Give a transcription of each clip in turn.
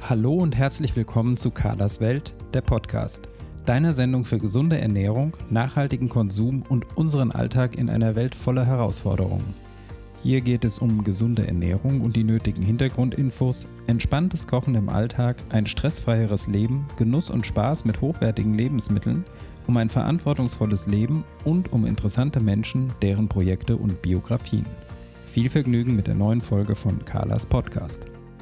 Hallo und herzlich willkommen zu Carlas Welt, der Podcast. Deine Sendung für gesunde Ernährung, nachhaltigen Konsum und unseren Alltag in einer Welt voller Herausforderungen. Hier geht es um gesunde Ernährung und die nötigen Hintergrundinfos, entspanntes Kochen im Alltag, ein stressfreieres Leben, Genuss und Spaß mit hochwertigen Lebensmitteln, um ein verantwortungsvolles Leben und um interessante Menschen, deren Projekte und Biografien. Viel Vergnügen mit der neuen Folge von Carlas Podcast.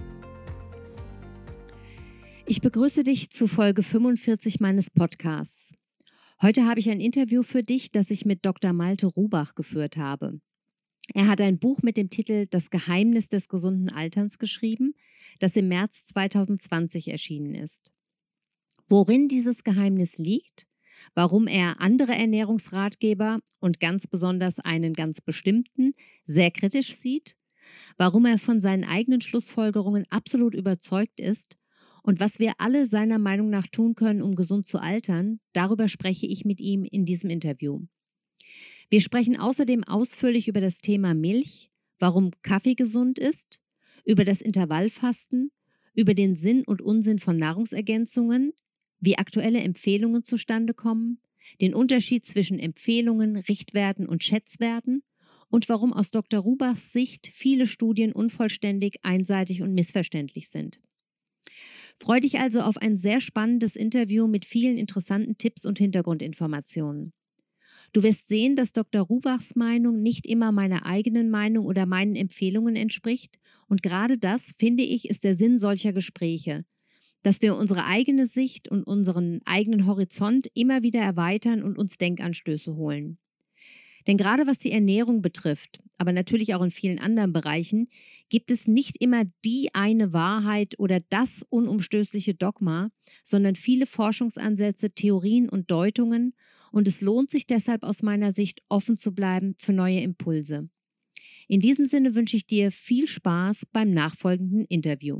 Ich begrüße dich zu Folge 45 meines Podcasts. Heute habe ich ein Interview für dich, das ich mit Dr. Malte Rubach geführt habe. Er hat ein Buch mit dem Titel Das Geheimnis des gesunden Alterns geschrieben, das im März 2020 erschienen ist. Worin dieses Geheimnis liegt, warum er andere Ernährungsratgeber und ganz besonders einen ganz bestimmten sehr kritisch sieht, warum er von seinen eigenen Schlussfolgerungen absolut überzeugt ist und was wir alle seiner Meinung nach tun können, um gesund zu altern, darüber spreche ich mit ihm in diesem Interview. Wir sprechen außerdem ausführlich über das Thema Milch, warum Kaffee gesund ist, über das Intervallfasten, über den Sinn und Unsinn von Nahrungsergänzungen, wie aktuelle Empfehlungen zustande kommen, den Unterschied zwischen Empfehlungen, Richtwerten und Schätzwerten und warum aus Dr. Rubachs Sicht viele Studien unvollständig, einseitig und missverständlich sind. Freu dich also auf ein sehr spannendes Interview mit vielen interessanten Tipps und Hintergrundinformationen. Du wirst sehen, dass Dr. Rubachs Meinung nicht immer meiner eigenen Meinung oder meinen Empfehlungen entspricht. Und gerade das, finde ich, ist der Sinn solcher Gespräche, dass wir unsere eigene Sicht und unseren eigenen Horizont immer wieder erweitern und uns Denkanstöße holen. Denn gerade was die Ernährung betrifft, aber natürlich auch in vielen anderen Bereichen, gibt es nicht immer die eine Wahrheit oder das unumstößliche Dogma, sondern viele Forschungsansätze, Theorien und Deutungen. Und es lohnt sich deshalb aus meiner Sicht, offen zu bleiben für neue Impulse. In diesem Sinne wünsche ich dir viel Spaß beim nachfolgenden Interview.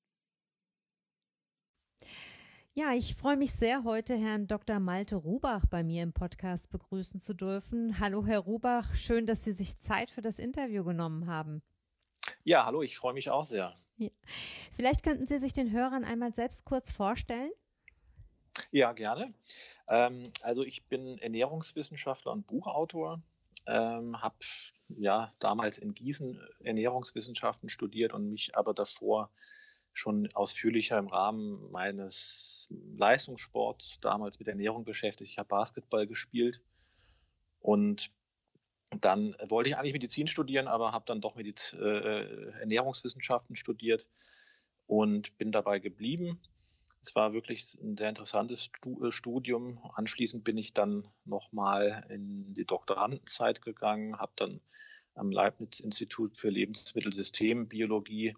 Ja, ich freue mich sehr, heute Herrn Dr. Malte Rubach bei mir im Podcast begrüßen zu dürfen. Hallo, Herr Rubach, schön, dass Sie sich Zeit für das Interview genommen haben. Ja, hallo, ich freue mich auch sehr. Ja. Vielleicht könnten Sie sich den Hörern einmal selbst kurz vorstellen? Ja, gerne. Also ich bin Ernährungswissenschaftler und Buchautor, habe damals in Gießen Ernährungswissenschaften studiert und mich aber davor schon ausführlicher im Rahmen meines Leistungssports damals mit Ernährung beschäftigt. Ich habe Basketball gespielt und dann wollte ich eigentlich Medizin studieren, aber habe dann doch Ernährungswissenschaften studiert und bin dabei geblieben. Es war wirklich ein sehr interessantes Studium. Anschließend bin ich dann nochmal in die Doktorandenzeit gegangen, habe dann am Leibniz-Institut für Lebensmittelsystembiologie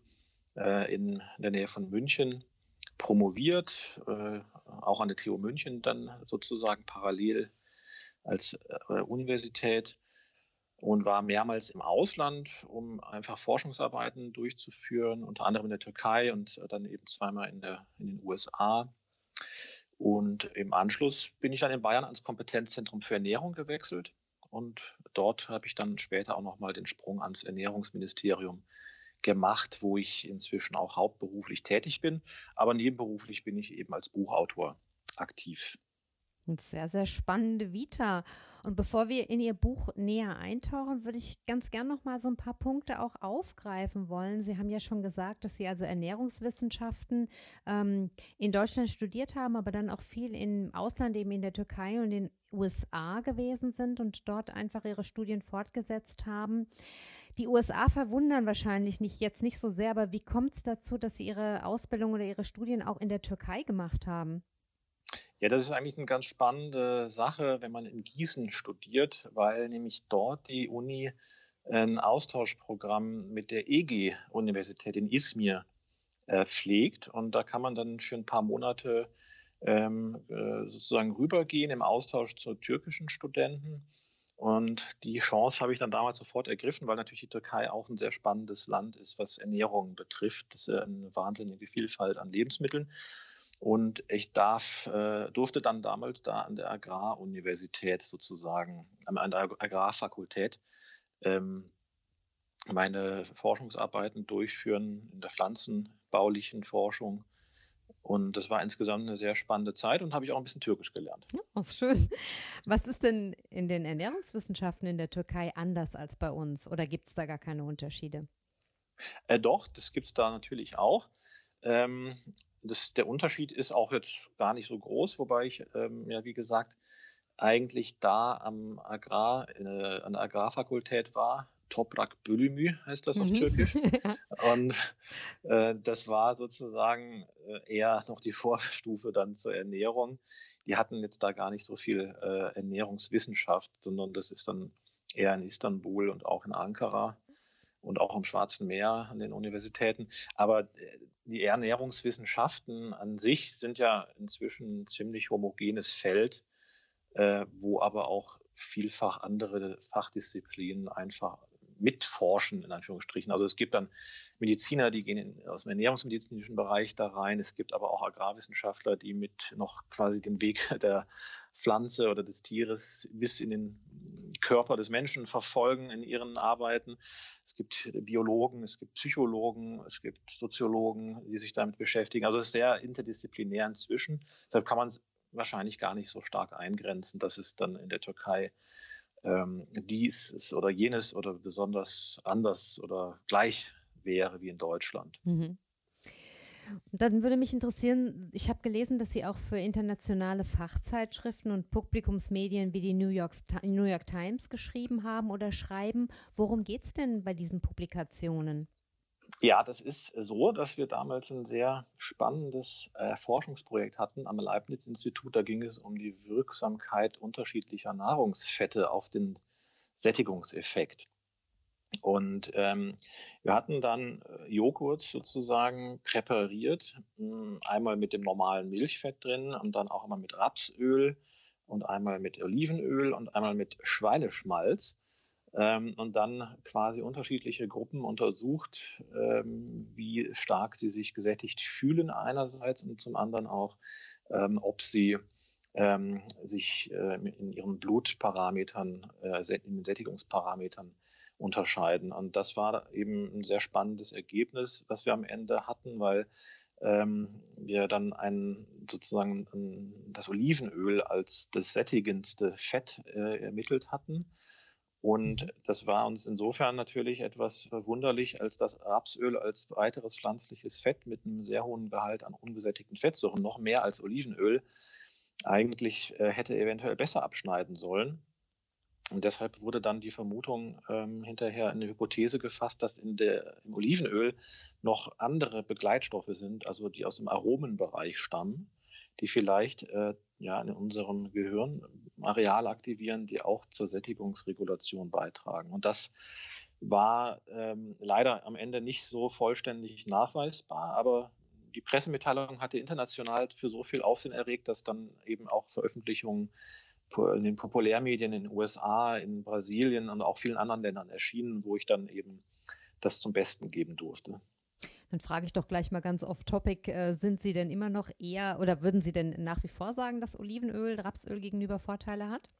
in der Nähe von München promoviert, auch an der TU München dann sozusagen parallel als Universität und war mehrmals im Ausland, um einfach Forschungsarbeiten durchzuführen, unter anderem in der Türkei und dann eben zweimal in den USA. Und im Anschluss bin ich dann in Bayern ans Kompetenzzentrum für Ernährung gewechselt und dort habe ich dann später auch nochmal den Sprung ans Ernährungsministerium gemacht, wo ich inzwischen auch hauptberuflich tätig bin, aber nebenberuflich bin ich eben als Buchautor aktiv. Sehr, sehr spannende Vita. Und bevor wir in Ihr Buch näher eintauchen, würde ich ganz gern noch mal so ein paar Punkte auch aufgreifen wollen. Sie haben ja schon gesagt, dass Sie also Ernährungswissenschaften in Deutschland studiert haben, aber dann auch viel im Ausland, eben in der Türkei und in den USA gewesen sind und dort einfach Ihre Studien fortgesetzt haben. Die USA verwundern wahrscheinlich nicht so sehr, aber wie kommt es dazu, dass Sie Ihre Ausbildung oder Ihre Studien auch in der Türkei gemacht haben? Ja, das ist eigentlich eine ganz spannende Sache, wenn man in Gießen studiert, weil nämlich dort die Uni ein Austauschprogramm mit der EG-Universität in Izmir pflegt. Und da kann man dann für ein paar Monate sozusagen rübergehen im Austausch zu türkischen Studenten. Und die Chance habe ich dann damals sofort ergriffen, weil natürlich die Türkei auch ein sehr spannendes Land ist, was Ernährung betrifft. Das ist eine wahnsinnige Vielfalt an Lebensmitteln. Und ich durfte dann damals da an der Agraruniversität sozusagen, an der Agrarfakultät, meine Forschungsarbeiten durchführen in der pflanzenbaulichen Forschung Und das war insgesamt eine sehr spannende Zeit und habe ich auch ein bisschen Türkisch gelernt. Ja, ist schön. Was ist denn in den Ernährungswissenschaften in der Türkei anders als bei uns? Oder gibt es da gar keine Unterschiede? Doch, das gibt es da natürlich auch. Der Unterschied ist auch jetzt gar nicht so groß, wobei ich, ja, wie gesagt, eigentlich da an der Agrarfakultät war. Toprak Bölümü heißt das auf Türkisch. Und das war sozusagen eher noch die Vorstufe dann zur Ernährung. Die hatten jetzt da gar nicht so viel Ernährungswissenschaft, sondern das ist dann eher in Istanbul und auch in Ankara und auch am Schwarzen Meer an den Universitäten. Aber die Ernährungswissenschaften an sich sind ja inzwischen ein ziemlich homogenes Feld, wo aber auch vielfach andere Fachdisziplinen einfach mitforschen, in Anführungsstrichen. Also es gibt dann Mediziner, die gehen aus dem ernährungsmedizinischen Bereich da rein. Es gibt aber auch Agrarwissenschaftler, die mit noch quasi den Weg der Pflanze oder des Tieres bis in den Körper des Menschen verfolgen in ihren Arbeiten. Es gibt Biologen, es gibt Psychologen, es gibt Soziologen, die sich damit beschäftigen. Also es ist sehr interdisziplinär inzwischen. Deshalb kann man es wahrscheinlich gar nicht so stark eingrenzen, dass es dann in der Türkei dies ist oder jenes oder besonders anders oder gleich wäre wie in Deutschland. Mhm. Dann würde mich interessieren, ich habe gelesen, dass Sie auch für internationale Fachzeitschriften und Publikumsmedien wie die New York Times geschrieben haben oder schreiben. Worum geht es denn bei diesen Publikationen? Ja, das ist so, dass wir damals ein sehr spannendes Forschungsprojekt hatten am Leibniz-Institut. Da ging es um die Wirksamkeit unterschiedlicher Nahrungsfette auf den Sättigungseffekt. Und wir hatten dann Joghurt sozusagen präpariert, einmal mit dem normalen Milchfett drin und dann auch einmal mit Rapsöl und einmal mit Olivenöl und einmal mit Schweineschmalz. Und dann quasi unterschiedliche Gruppen untersucht, wie stark sie sich gesättigt fühlen einerseits und zum anderen auch, ob sie sich in ihren Blutparametern, in den Sättigungsparametern unterscheiden. Und das war eben ein sehr spannendes Ergebnis, was wir am Ende hatten, weil wir dann sozusagen das Olivenöl als das sättigendste Fett ermittelt hatten. Und das war uns insofern natürlich etwas verwunderlich, als das Rapsöl als weiteres pflanzliches Fett mit einem sehr hohen Gehalt an ungesättigten Fettsäuren, noch mehr als Olivenöl, eigentlich hätte eventuell besser abschneiden sollen. Und deshalb wurde dann die Vermutung hinterher eine Hypothese gefasst, dass im Olivenöl noch andere Begleitstoffe sind, also die aus dem Aromenbereich stammen, die vielleicht in unserem Gehirn Areale aktivieren, die auch zur Sättigungsregulation beitragen. Und das war leider am Ende nicht so vollständig nachweisbar, aber die Pressemitteilung hatte international für so viel Aufsehen erregt, dass dann eben auch Veröffentlichungen in den Populärmedien in den USA, in Brasilien und auch vielen anderen Ländern erschienen, wo ich dann eben das zum Besten geben durfte. Dann frage ich doch gleich mal ganz off-topic, sind Sie denn immer noch eher oder würden Sie denn nach wie vor sagen, dass Olivenöl, Rapsöl gegenüber Vorteile hat?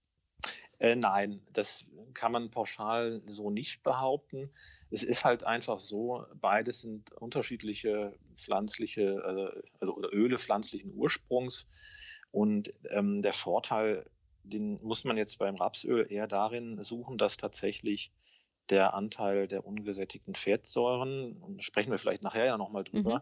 Nein, das kann man pauschal so nicht behaupten. Es ist halt einfach so, beides sind unterschiedliche pflanzliche oder Öle pflanzlichen Ursprungs. Und der Vorteil, den muss man jetzt beim Rapsöl eher darin suchen, dass tatsächlich der Anteil der ungesättigten Fettsäuren, und sprechen wir vielleicht nachher ja nochmal drüber,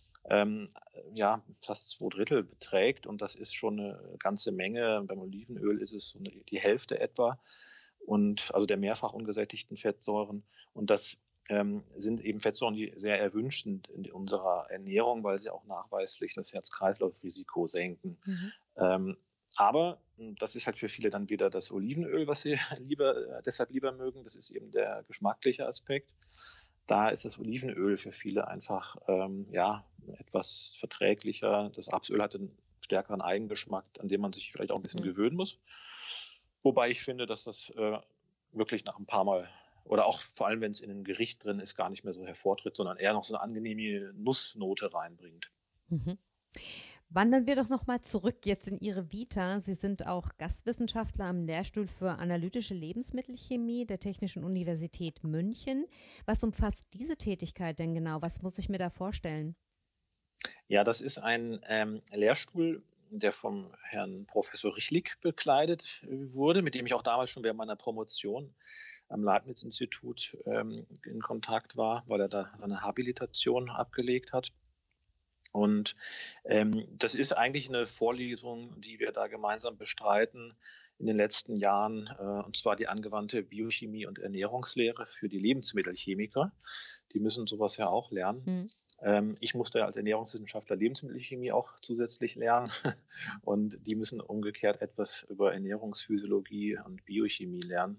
fast 2/3 beträgt. Und das ist schon eine ganze Menge. Beim Olivenöl ist es so die Hälfte etwa. Und also der mehrfach ungesättigten Fettsäuren. Und das sind eben Fettsäuren, die sehr erwünscht sind in unserer Ernährung, weil sie auch nachweislich das Herz-Kreislauf-Risiko senken. Aber das ist halt für viele dann wieder das Olivenöl, was sie deshalb lieber mögen. Das ist eben der geschmackliche Aspekt. Da ist das Olivenöl für viele einfach etwas verträglicher. Das Rapsöl hat einen stärkeren Eigengeschmack, an dem man sich vielleicht auch ein bisschen gewöhnen muss. Wobei ich finde, dass das wirklich nach ein paar Mal oder auch vor allem, wenn es in einem Gericht drin ist, gar nicht mehr so hervortritt, sondern eher noch so eine angenehme Nussnote reinbringt. Wandern wir doch nochmal zurück jetzt in Ihre Vita. Sie sind auch Gastwissenschaftler am Lehrstuhl für analytische Lebensmittelchemie der Technischen Universität München. Was umfasst diese Tätigkeit denn genau? Was muss ich mir da vorstellen? Ja, das ist ein Lehrstuhl, der vom Herrn Professor Richlik bekleidet wurde, mit dem ich auch damals schon während meiner Promotion am Leibniz-Institut in Kontakt war, weil er da seine Habilitation abgelegt hat. Und das ist eigentlich eine Vorlesung, die wir da gemeinsam bestreiten in den letzten Jahren, und zwar die angewandte Biochemie und Ernährungslehre für die Lebensmittelchemiker. Die müssen sowas ja auch lernen. Ich musste als Ernährungswissenschaftler Lebensmittelchemie auch zusätzlich lernen und die müssen umgekehrt etwas über Ernährungsphysiologie und Biochemie lernen.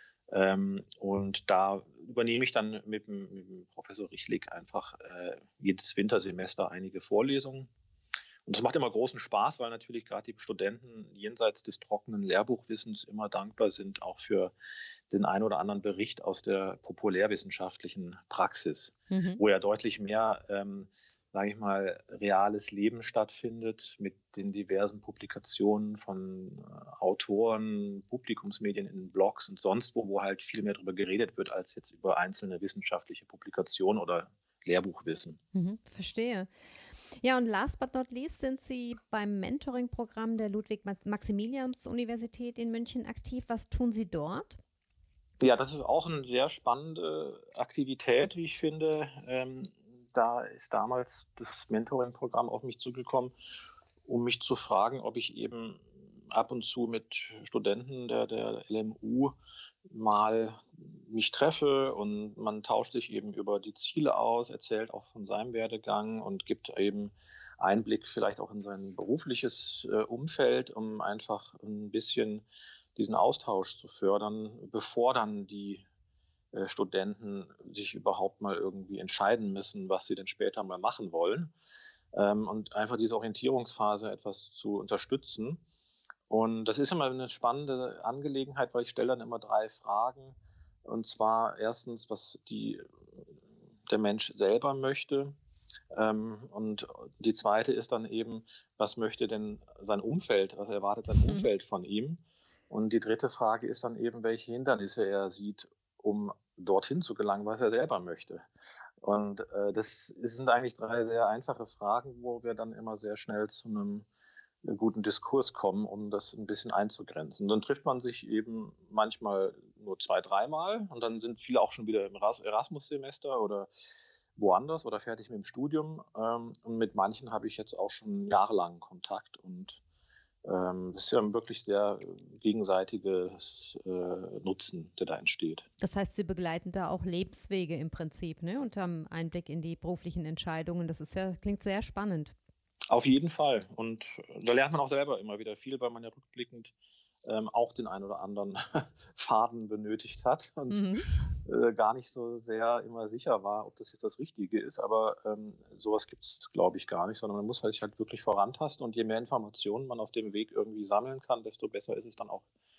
Und da übernehme ich dann mit dem Professor Richlik einfach jedes Wintersemester einige Vorlesungen. Und das macht immer großen Spaß, weil natürlich gerade die Studenten jenseits des trockenen Lehrbuchwissens immer dankbar sind, auch für den einen oder anderen Bericht aus der populärwissenschaftlichen Praxis, wo ja deutlich mehr, sage ich mal, reales Leben stattfindet mit den diversen Publikationen von Autoren, Publikumsmedien in Blogs und sonst wo halt viel mehr darüber geredet wird, als jetzt über einzelne wissenschaftliche Publikationen oder Lehrbuchwissen. Verstehe. Ja, und last but not least sind Sie beim Mentoring-Programm der Ludwig-Maximilians-Universität in München aktiv. Was tun Sie dort? Ja, das ist auch eine sehr spannende Aktivität, wie ich finde. Da ist damals das Mentoring-Programm auf mich zugekommen, um mich zu fragen, ob ich eben ab und zu mit Studenten der LMU mal mich treffe und man tauscht sich eben über die Ziele aus, erzählt auch von seinem Werdegang und gibt eben Einblick vielleicht auch in sein berufliches Umfeld, um einfach ein bisschen diesen Austausch zu fördern, bevor dann die Studenten sich überhaupt mal irgendwie entscheiden müssen, was sie denn später mal machen wollen, und einfach diese Orientierungsphase etwas zu unterstützen. Und das ist immer eine spannende Angelegenheit, weil ich stelle dann immer 3 Fragen. Und zwar erstens, was der Mensch selber möchte. Und die zweite ist dann eben, was möchte denn sein Umfeld, was erwartet sein Umfeld von ihm? Und die dritte Frage ist dann eben, welche Hindernisse er sieht, um dorthin zu gelangen, was er selber möchte. Und das sind eigentlich 3 sehr einfache Fragen, wo wir dann immer sehr schnell zu einem guten Diskurs kommen, um das ein bisschen einzugrenzen. Dann trifft man sich eben manchmal nur 2, 3 Mal und dann sind viele auch schon wieder im Erasmus-Semester oder woanders oder fertig mit dem Studium. Und mit manchen habe ich jetzt auch schon jahrelang Kontakt und das ist ja ein wirklich sehr gegenseitiges Nutzen, der da entsteht. Das heißt, Sie begleiten da auch Lebenswege im Prinzip, ne? Und haben Einblick in die beruflichen Entscheidungen. Das ist klingt sehr spannend. Auf jeden Fall. Und da lernt man auch selber immer wieder viel, weil man ja rückblickend auch den einen oder anderen Faden benötigt hat und gar nicht so sehr immer sicher war, ob das jetzt das Richtige ist. Aber sowas gibt es, glaube ich, gar nicht, sondern man muss sich halt wirklich vorantasten. Und je mehr Informationen man auf dem Weg irgendwie sammeln kann, desto besser ist es dann auch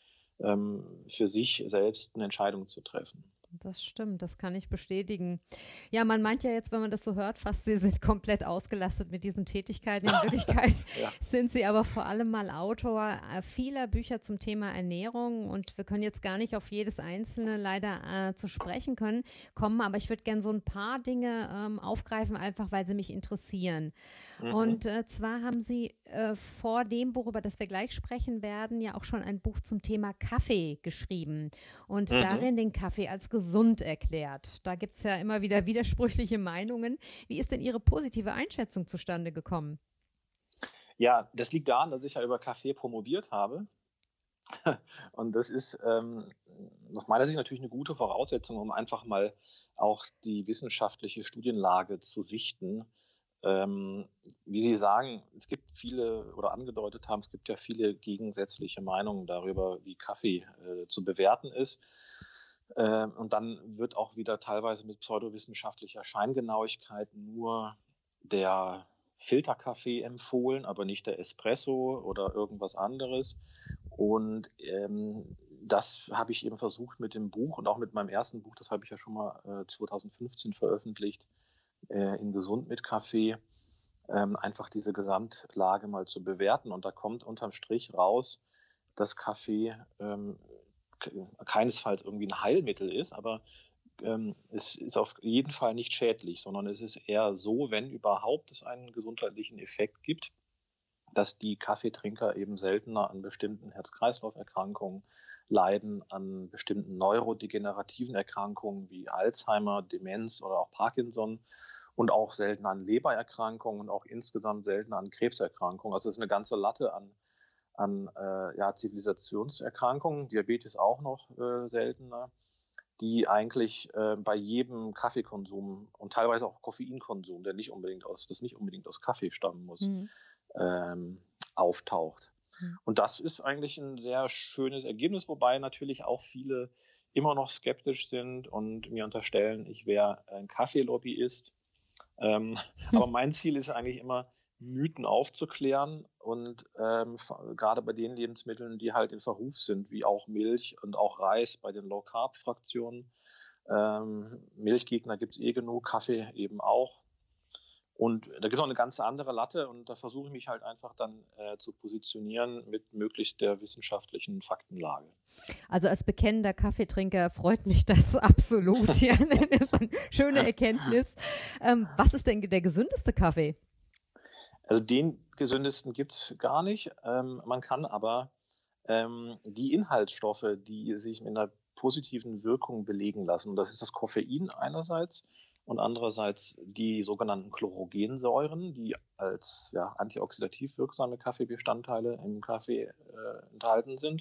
für sich selbst eine Entscheidung zu treffen. Das stimmt, das kann ich bestätigen. Ja, man meint ja jetzt, wenn man das so hört, fast Sie sind komplett ausgelastet mit diesen Tätigkeiten. In Wirklichkeit sind Sie aber vor allem mal Autor vieler Bücher zum Thema Ernährung und wir können jetzt gar nicht auf jedes einzelne leider zu sprechen kommen, aber ich würde gerne so ein paar Dinge aufgreifen, einfach weil sie mich interessieren. Und zwar haben Sie vor dem Buch, über das wir gleich sprechen werden, ja auch schon ein Buch zum Thema Kaffee geschrieben und darin den Kaffee als gesund erklärt. Da gibt es ja immer wieder widersprüchliche Meinungen. Wie ist denn Ihre positive Einschätzung zustande gekommen? Ja, das liegt daran, dass ich ja über Kaffee promoviert habe. Und das ist aus meiner Sicht natürlich eine gute Voraussetzung, um einfach mal auch die wissenschaftliche Studienlage zu sichten. Wie Sie sagen, es gibt viele oder angedeutet haben, es gibt ja viele gegensätzliche Meinungen darüber, wie Kaffee zu bewerten ist. Und dann wird auch wieder teilweise mit pseudowissenschaftlicher Scheingenauigkeit nur der Filterkaffee empfohlen, aber nicht der Espresso oder irgendwas anderes. Und das habe ich eben versucht mit dem Buch und auch mit meinem ersten Buch, das habe ich ja schon mal 2015 veröffentlicht, in Gesund mit Kaffee, einfach diese Gesamtlage mal zu bewerten. Und da kommt unterm Strich raus, dass Kaffee keinesfalls irgendwie ein Heilmittel ist, aber es ist auf jeden Fall nicht schädlich, sondern es ist eher so, wenn überhaupt es einen gesundheitlichen Effekt gibt, dass die Kaffeetrinker eben seltener an bestimmten Herz-Kreislauf-Erkrankungen leiden, an bestimmten neurodegenerativen Erkrankungen wie Alzheimer, Demenz oder auch Parkinson und auch seltener an Lebererkrankungen und auch insgesamt seltener an Krebserkrankungen. Also es ist eine ganze Latte an Zivilisationserkrankungen, Diabetes auch noch seltener, die eigentlich bei jedem Kaffeekonsum und teilweise auch Koffeinkonsum, das nicht unbedingt aus Kaffee stammen muss, auftaucht. Und das ist eigentlich ein sehr schönes Ergebnis, wobei natürlich auch viele immer noch skeptisch sind und mir unterstellen, ich wäre ein Kaffeelobbyist. Aber mein Ziel ist eigentlich immer, Mythen aufzuklären und gerade bei den Lebensmitteln, die halt in Verruf sind, wie auch Milch und auch Reis bei den Low-Carb-Fraktionen. Milchgegner gibt es genug, Kaffee eben auch. Und da gibt es noch eine ganz andere Latte und da versuche ich mich halt einfach dann zu positionieren mit möglichst der wissenschaftlichen Faktenlage. Also als bekennender Kaffeetrinker freut mich das absolut. Ja. Das ist eine schöne Erkenntnis. Was ist denn der gesündeste Kaffee? Also den gesündesten gibt es gar nicht. Man kann aber die Inhaltsstoffe, die sich mit einer positiven Wirkung belegen lassen, und das ist das Koffein einerseits, und andererseits die sogenannten Chlorogensäuren, die als antioxidativ wirksame Kaffeebestandteile im Kaffee enthalten sind,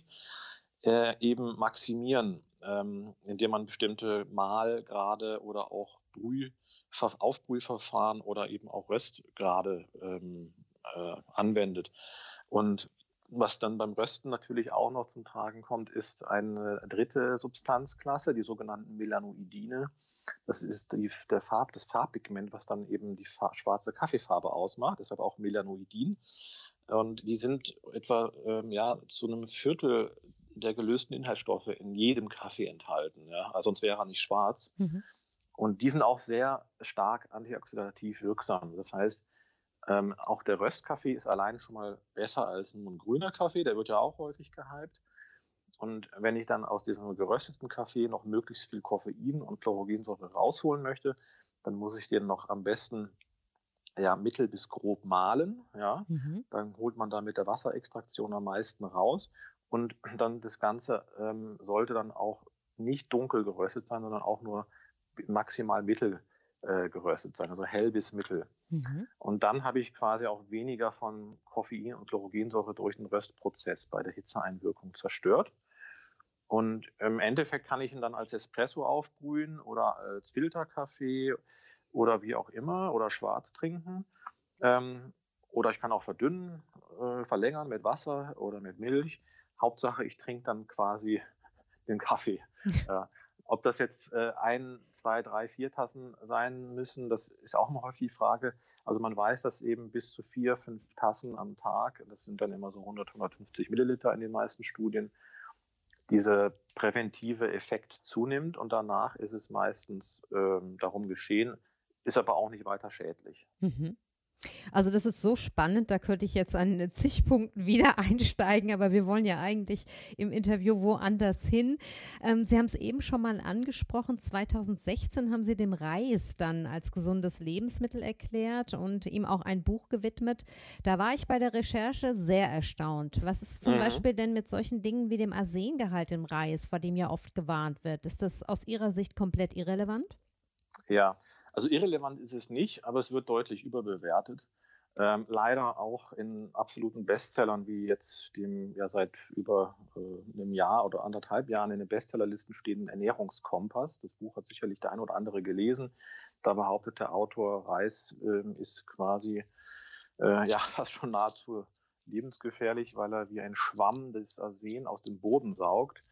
eben maximieren, indem man bestimmte Mahlgrade oder auch Aufbrühverfahren oder eben auch Röstgrade anwendet. Und was dann beim Rösten natürlich auch noch zum Tragen kommt, ist eine dritte Substanzklasse, die sogenannten Melanoidine. Das ist das Farbpigment, was dann eben die schwarze Kaffeefarbe ausmacht, deshalb auch Melanoidin. Und die sind etwa zu einem Viertel der gelösten Inhaltsstoffe in jedem Kaffee enthalten. Ja? Also sonst wäre er nicht schwarz. Und die sind auch sehr stark antioxidativ wirksam. Das heißt, auch der Röstkaffee ist allein schon mal besser als ein grüner Kaffee. Der wird ja auch häufig gehypt. Und wenn ich dann aus diesem gerösteten Kaffee noch möglichst viel Koffein und Chlorogensäure rausholen möchte, dann muss ich den noch am besten mittel bis grob mahlen. Ja? Dann holt man da mit der Wasserextraktion am meisten raus. Und dann das Ganze sollte dann auch nicht dunkel geröstet sein, sondern auch nur maximal mittel geröstet sein, also hell bis mittel. Und dann habe ich quasi auch weniger von Koffein und Chlorogensäure durch den Röstprozess bei der Hitzeeinwirkung zerstört. Und im Endeffekt kann ich ihn dann als Espresso aufbrühen oder als Filterkaffee oder wie auch immer oder schwarz trinken. Oder ich kann auch verdünnen, verlängern mit Wasser oder mit Milch. Hauptsache, ich trinke dann quasi den Kaffee. Ob das jetzt 1, 2, 3, 4 Tassen sein müssen, das ist auch immer häufig die Frage. Also man weiß, dass eben bis zu 4, 5 Tassen am Tag, das sind dann immer so 100, 150 Milliliter in den meisten Studien, dieser präventive Effekt zunimmt und danach ist es meistens darum geschehen, ist aber auch nicht weiter schädlich. Also das ist so spannend, da könnte ich jetzt an zig Punkten wieder einsteigen, aber wir wollen ja eigentlich im Interview woanders hin. Sie haben es eben schon mal angesprochen, 2016 haben Sie dem Reis dann als gesundes Lebensmittel erklärt und ihm auch ein Buch gewidmet. Da war ich bei der Recherche sehr erstaunt. Was ist zum Beispiel denn mit solchen Dingen wie dem Arsengehalt im Reis, vor dem ja oft gewarnt wird? Ist das aus Ihrer Sicht komplett irrelevant? Ja, also irrelevant ist es nicht, aber es wird deutlich überbewertet. Leider auch in absoluten Bestsellern, wie jetzt dem seit über einem Jahr oder 1,5 Jahren in den Bestsellerlisten stehenden Ernährungskompass. Das Buch hat sicherlich der ein oder andere gelesen. Da behauptet der Autor, Reis ist quasi fast schon nahezu lebensgefährlich, weil er wie ein Schwamm das Arsen aus dem Boden saugt.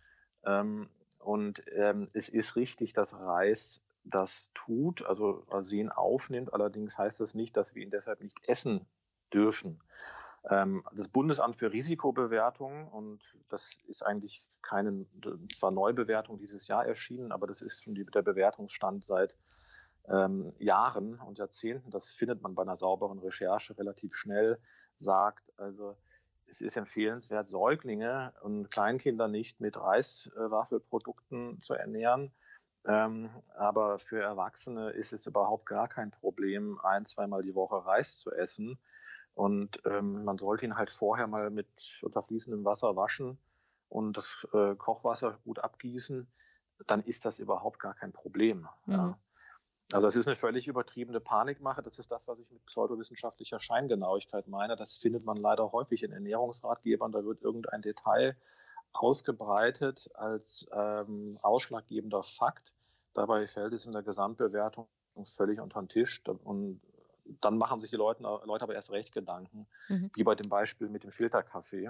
Es ist richtig, dass Reis das tut, also Arsen aufnimmt. Allerdings heißt das nicht, dass wir ihn deshalb nicht essen dürfen. Das Bundesamt für Risikobewertung, und das ist eigentlich zwar Neubewertung dieses Jahr erschienen, aber das ist schon der Bewertungsstand seit Jahren und Jahrzehnten. Das findet man bei einer sauberen Recherche relativ schnell, sagt, also es ist empfehlenswert, Säuglinge und Kleinkinder nicht mit Reiswaffelprodukten zu ernähren. Aber für Erwachsene ist es überhaupt gar kein Problem, 1-2 Mal die Woche Reis zu essen. Und man sollte ihn halt vorher mal mit unter fließendem Wasser waschen und das Kochwasser gut abgießen. Dann ist das überhaupt gar kein Problem. Mhm. Ja. Also es ist eine völlig übertriebene Panikmache. Das ist das, was ich mit pseudowissenschaftlicher Scheingenauigkeit meine. Das findet man leider häufig in Ernährungsratgebern. Da wird irgendein Detail ausgebreitet als ausschlaggebender Fakt. Dabei fällt es in der Gesamtbewertung völlig unter den Tisch. Und dann machen sich die Leute aber erst recht Gedanken, wie bei dem Beispiel mit dem Filterkaffee.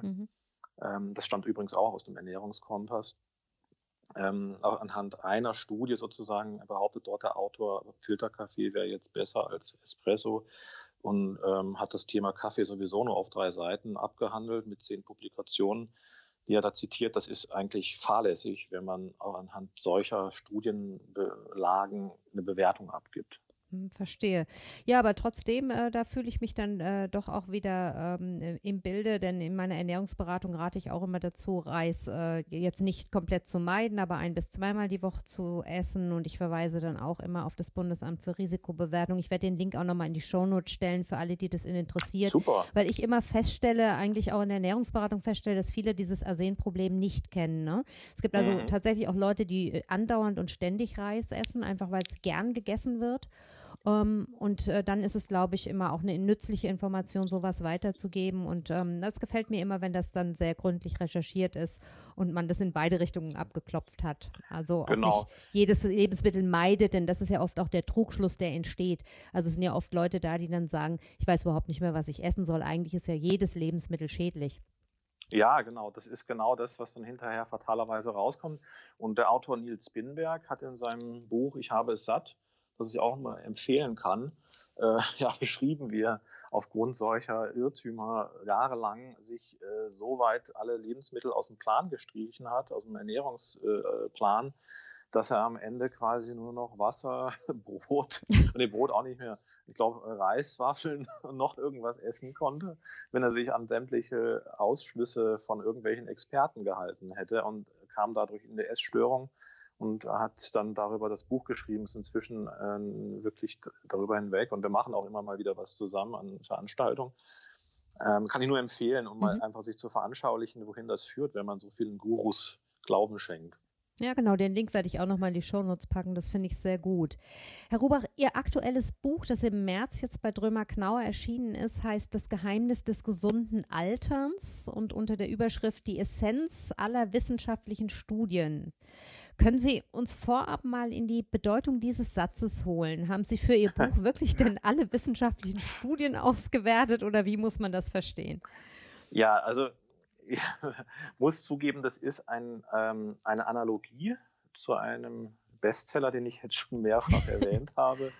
Das stammt übrigens auch aus dem Ernährungskompass. Auch anhand einer Studie sozusagen behauptet dort der Autor, Filterkaffee wäre jetzt besser als Espresso und hat das Thema Kaffee sowieso nur auf 3 Seiten abgehandelt mit 10 Publikationen, die er da zitiert. Das ist eigentlich fahrlässig, wenn man auch anhand solcher Studienlagen eine Bewertung abgibt. Verstehe. Ja, aber trotzdem, da fühle ich mich dann doch auch wieder im Bilde, denn in meiner Ernährungsberatung rate ich auch immer dazu, Reis jetzt nicht komplett zu meiden, aber 1- bis 2-mal die Woche zu essen, und ich verweise dann auch immer auf das Bundesamt für Risikobewertung. Ich werde den Link auch nochmal in die Shownotes stellen für alle, die das interessiert. Super. Weil ich immer feststelle, eigentlich auch in der Ernährungsberatung feststelle, dass viele dieses Arsenproblem nicht kennen. Ne? Es gibt also tatsächlich auch Leute, die andauernd und ständig Reis essen, einfach weil es gern gegessen wird. Und dann ist es, glaube ich, immer auch eine nützliche Information, sowas weiterzugeben. Und das gefällt mir immer, wenn das dann sehr gründlich recherchiert ist und man das in beide Richtungen abgeklopft hat. Also auch nicht jedes Lebensmittel meidet, denn das ist ja oft auch der Trugschluss, der entsteht. Also es sind ja oft Leute da, die dann sagen, ich weiß überhaupt nicht mehr, was ich essen soll. Eigentlich ist ja jedes Lebensmittel schädlich. Ja, genau. Das ist genau das, was dann hinterher fatalerweise rauskommt. Und der Autor Nils Binberg hat in seinem Buch Ich habe es satt, das ich auch mal empfehlen kann, beschrieben, wie er aufgrund solcher Irrtümer jahrelang sich so weit alle Lebensmittel aus dem Plan gestrichen hat, aus dem Ernährungsplan, dass er am Ende quasi nur noch Wasser, Brot, Brot auch nicht mehr, ich glaube Reiswaffeln und noch irgendwas essen konnte, wenn er sich an sämtliche Ausschlüsse von irgendwelchen Experten gehalten hätte, und kam dadurch in eine Essstörung und hat dann darüber das Buch geschrieben, ist inzwischen wirklich darüber hinweg, und wir machen auch immer mal wieder was zusammen an Veranstaltungen. Kann ich nur empfehlen, um mal einfach sich zu veranschaulichen, wohin das führt, wenn man so vielen Gurus Glauben schenkt. Ja, genau, den Link werde ich auch nochmal in die Shownotes packen, das finde ich sehr gut. Herr Rubach, Ihr aktuelles Buch, das im März jetzt bei Drömer-Knauer erschienen ist, heißt Das Geheimnis des gesunden Alterns und unter der Überschrift Die Essenz aller wissenschaftlichen Studien. Können Sie uns vorab mal in die Bedeutung dieses Satzes holen? Haben Sie für Ihr Buch wirklich denn alle wissenschaftlichen Studien ausgewertet, oder wie muss man das verstehen? Ja, also ich muss zugeben, das ist eine Analogie zu einem Bestseller, den ich jetzt schon mehrfach erwähnt habe,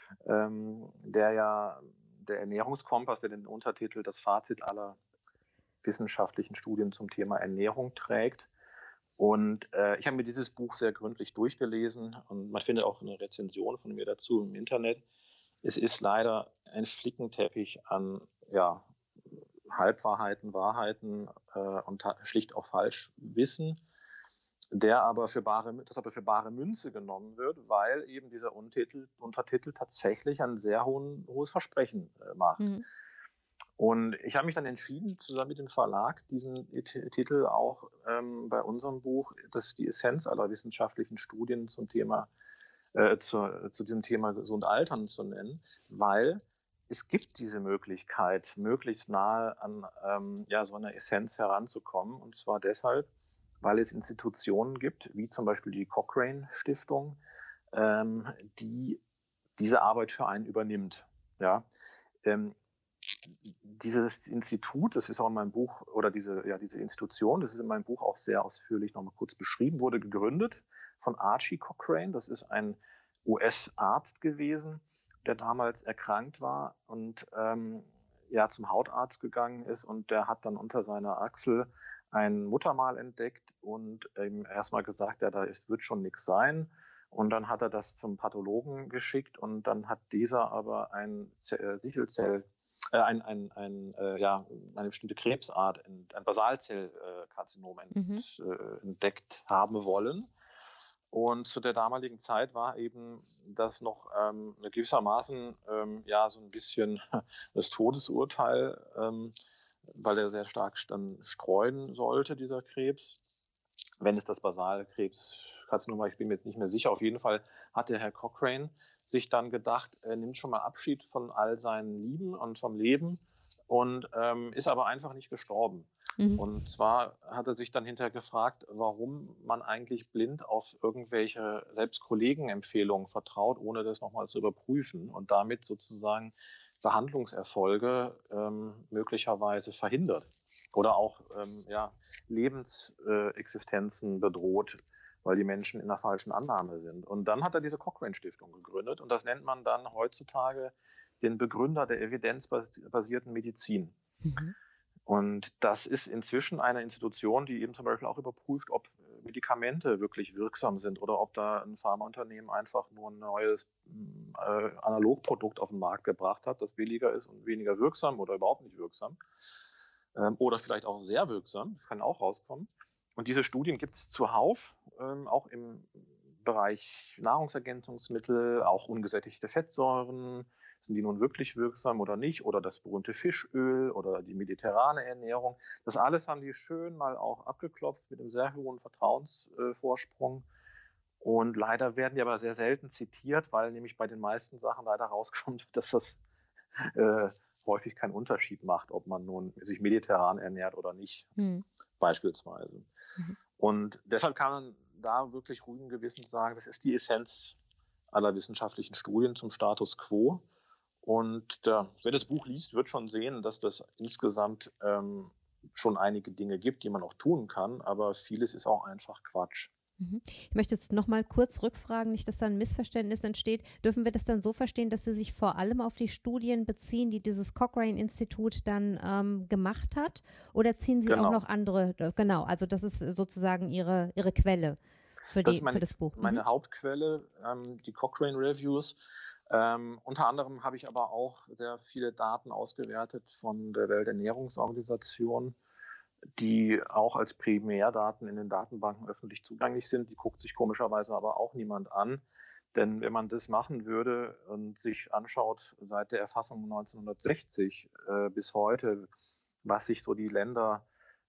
der Ernährungskompass, der den Untertitel Das Fazit aller wissenschaftlichen Studien zum Thema Ernährung trägt. Und ich habe mir dieses Buch sehr gründlich durchgelesen, und man findet auch eine Rezension von mir dazu im Internet. Es ist leider ein Flickenteppich an Halbwahrheiten, Wahrheiten und schlicht auch Falschwissen, das aber für bare Münze genommen wird, weil eben dieser Untertitel tatsächlich ein sehr hohes Versprechen macht. Und ich habe mich dann entschieden, zusammen mit dem Verlag, diesen Titel auch bei unserem Buch, das die Essenz aller wissenschaftlichen Studien zum Thema, zu diesem Thema gesund altern zu nennen, weil es gibt diese Möglichkeit, möglichst nahe an so einer Essenz heranzukommen. Und zwar deshalb, weil es Institutionen gibt, wie zum Beispiel die Cochrane-Stiftung, die diese Arbeit für einen übernimmt. Ja? Dieses Institut, das ist auch in meinem Buch, oder diese Institution, das ist in meinem Buch auch sehr ausführlich nochmal kurz beschrieben, wurde gegründet von Archie Cochrane. Das ist ein US-Arzt gewesen, der damals erkrankt war und zum Hautarzt gegangen ist, und der hat dann unter seiner Achsel ein Muttermal entdeckt und ihm erstmal gesagt, ja, wird schon nichts sein. Und dann hat er das zum Pathologen geschickt, und dann hat dieser aber eine bestimmte Krebsart, ein Basalzellkarzinom entdeckt haben wollen. Und zu der damaligen Zeit war eben das noch gewissermaßen so ein bisschen das Todesurteil, weil er sehr stark dann streuen sollte, dieser Krebs. Wenn es das Basalkrebskarzinom war, ich bin mir jetzt nicht mehr sicher. Auf jeden Fall hat der Herr Cochrane sich dann gedacht, er nimmt schon mal Abschied von all seinen Lieben und vom Leben und ist aber einfach nicht gestorben. Und zwar hat er sich dann hinterher gefragt, warum man eigentlich blind auf irgendwelche selbst Kollegenempfehlungen vertraut, ohne das nochmal zu überprüfen und damit sozusagen Behandlungserfolge möglicherweise verhindert oder auch Lebensexistenzen bedroht, weil die Menschen in der falschen Annahme sind. Und dann hat er diese Cochrane-Stiftung gegründet und das nennt man dann heutzutage den Begründer der evidenzbasierten Medizin. Und das ist inzwischen eine Institution, die eben zum Beispiel auch überprüft, ob Medikamente wirklich wirksam sind oder ob da ein Pharmaunternehmen einfach nur ein neues Analogprodukt auf den Markt gebracht hat, das billiger ist und weniger wirksam oder überhaupt nicht wirksam. Oder vielleicht auch sehr wirksam, das kann auch rauskommen. Und diese Studien gibt es zuhauf, auch im Bereich Nahrungsergänzungsmittel, auch ungesättigte Fettsäuren. Sind die nun wirklich wirksam oder nicht? Oder das berühmte Fischöl oder die mediterrane Ernährung. Das alles haben die schön mal auch abgeklopft mit einem sehr hohen Vertrauensvorsprung. Und leider werden die aber sehr selten zitiert, weil nämlich bei den meisten Sachen leider rauskommt, dass das häufig keinen Unterschied macht, ob man nun sich mediterran ernährt oder nicht, beispielsweise. Und deshalb kann man da wirklich ruhigen Gewissens sagen, das ist die Essenz aller wissenschaftlichen Studien zum Status quo. Und wer das Buch liest, wird schon sehen, dass das insgesamt schon einige Dinge gibt, die man auch tun kann, aber vieles ist auch einfach Quatsch. Ich möchte jetzt noch mal kurz rückfragen, nicht, dass da ein Missverständnis entsteht. Dürfen wir das dann so verstehen, dass Sie sich vor allem auf die Studien beziehen, die dieses Cochrane-Institut dann gemacht hat? Oder ziehen Sie auch noch andere? Genau, also das ist sozusagen Ihre Quelle für das Buch. Meine Hauptquelle, die Cochrane Reviews. Unter anderem habe ich aber auch sehr viele Daten ausgewertet von der Welternährungsorganisation, die auch als Primärdaten in den Datenbanken öffentlich zugänglich sind. Die guckt sich komischerweise aber auch niemand an. Denn wenn man das machen würde und sich anschaut, seit der Erfassung 1960 bis heute, was die Länder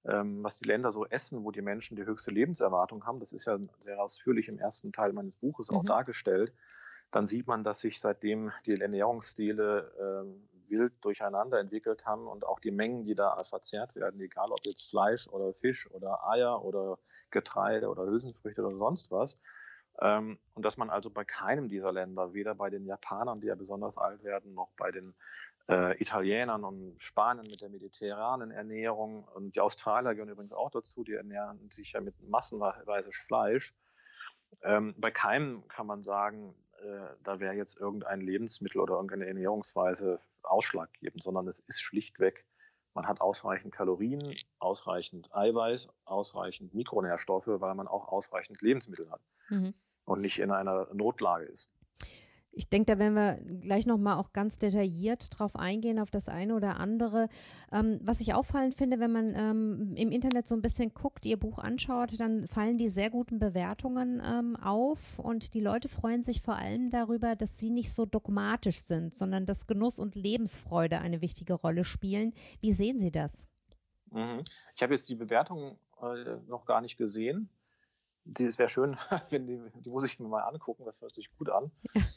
so essen, wo die Menschen die höchste Lebenserwartung haben, das ist ja sehr ausführlich im ersten Teil meines Buches auch dargestellt, dann sieht man, dass sich seitdem die Ernährungsstile wild durcheinander entwickelt haben und auch die Mengen, die da verzehrt werden, egal ob jetzt Fleisch oder Fisch oder Eier oder Getreide oder Hülsenfrüchte oder sonst was. Und dass man also bei keinem dieser Länder, weder bei den Japanern, die ja besonders alt werden, noch bei den Italienern und Spaniern mit der mediterranen Ernährung, und die Australier gehören übrigens auch dazu, die ernähren sich ja mit massenweise Fleisch. Bei keinem kann man sagen, da wäre jetzt irgendein Lebensmittel oder irgendeine Ernährungsweise ausschlaggebend, sondern es ist schlichtweg, man hat ausreichend Kalorien, ausreichend Eiweiß, ausreichend Mikronährstoffe, weil man auch ausreichend Lebensmittel hat und nicht in einer Notlage ist. Ich denke, da werden wir gleich nochmal auch ganz detailliert drauf eingehen, auf das eine oder andere. Was ich auffallend finde, wenn man im Internet so ein bisschen guckt, Ihr Buch anschaut, dann fallen die sehr guten Bewertungen auf und die Leute freuen sich vor allem darüber, dass Sie nicht so dogmatisch sind, sondern dass Genuss und Lebensfreude eine wichtige Rolle spielen. Wie sehen Sie das? Ich habe jetzt die Bewertungen noch gar nicht gesehen. Das wäre schön, wenn die muss ich mir mal angucken, das hört sich gut an.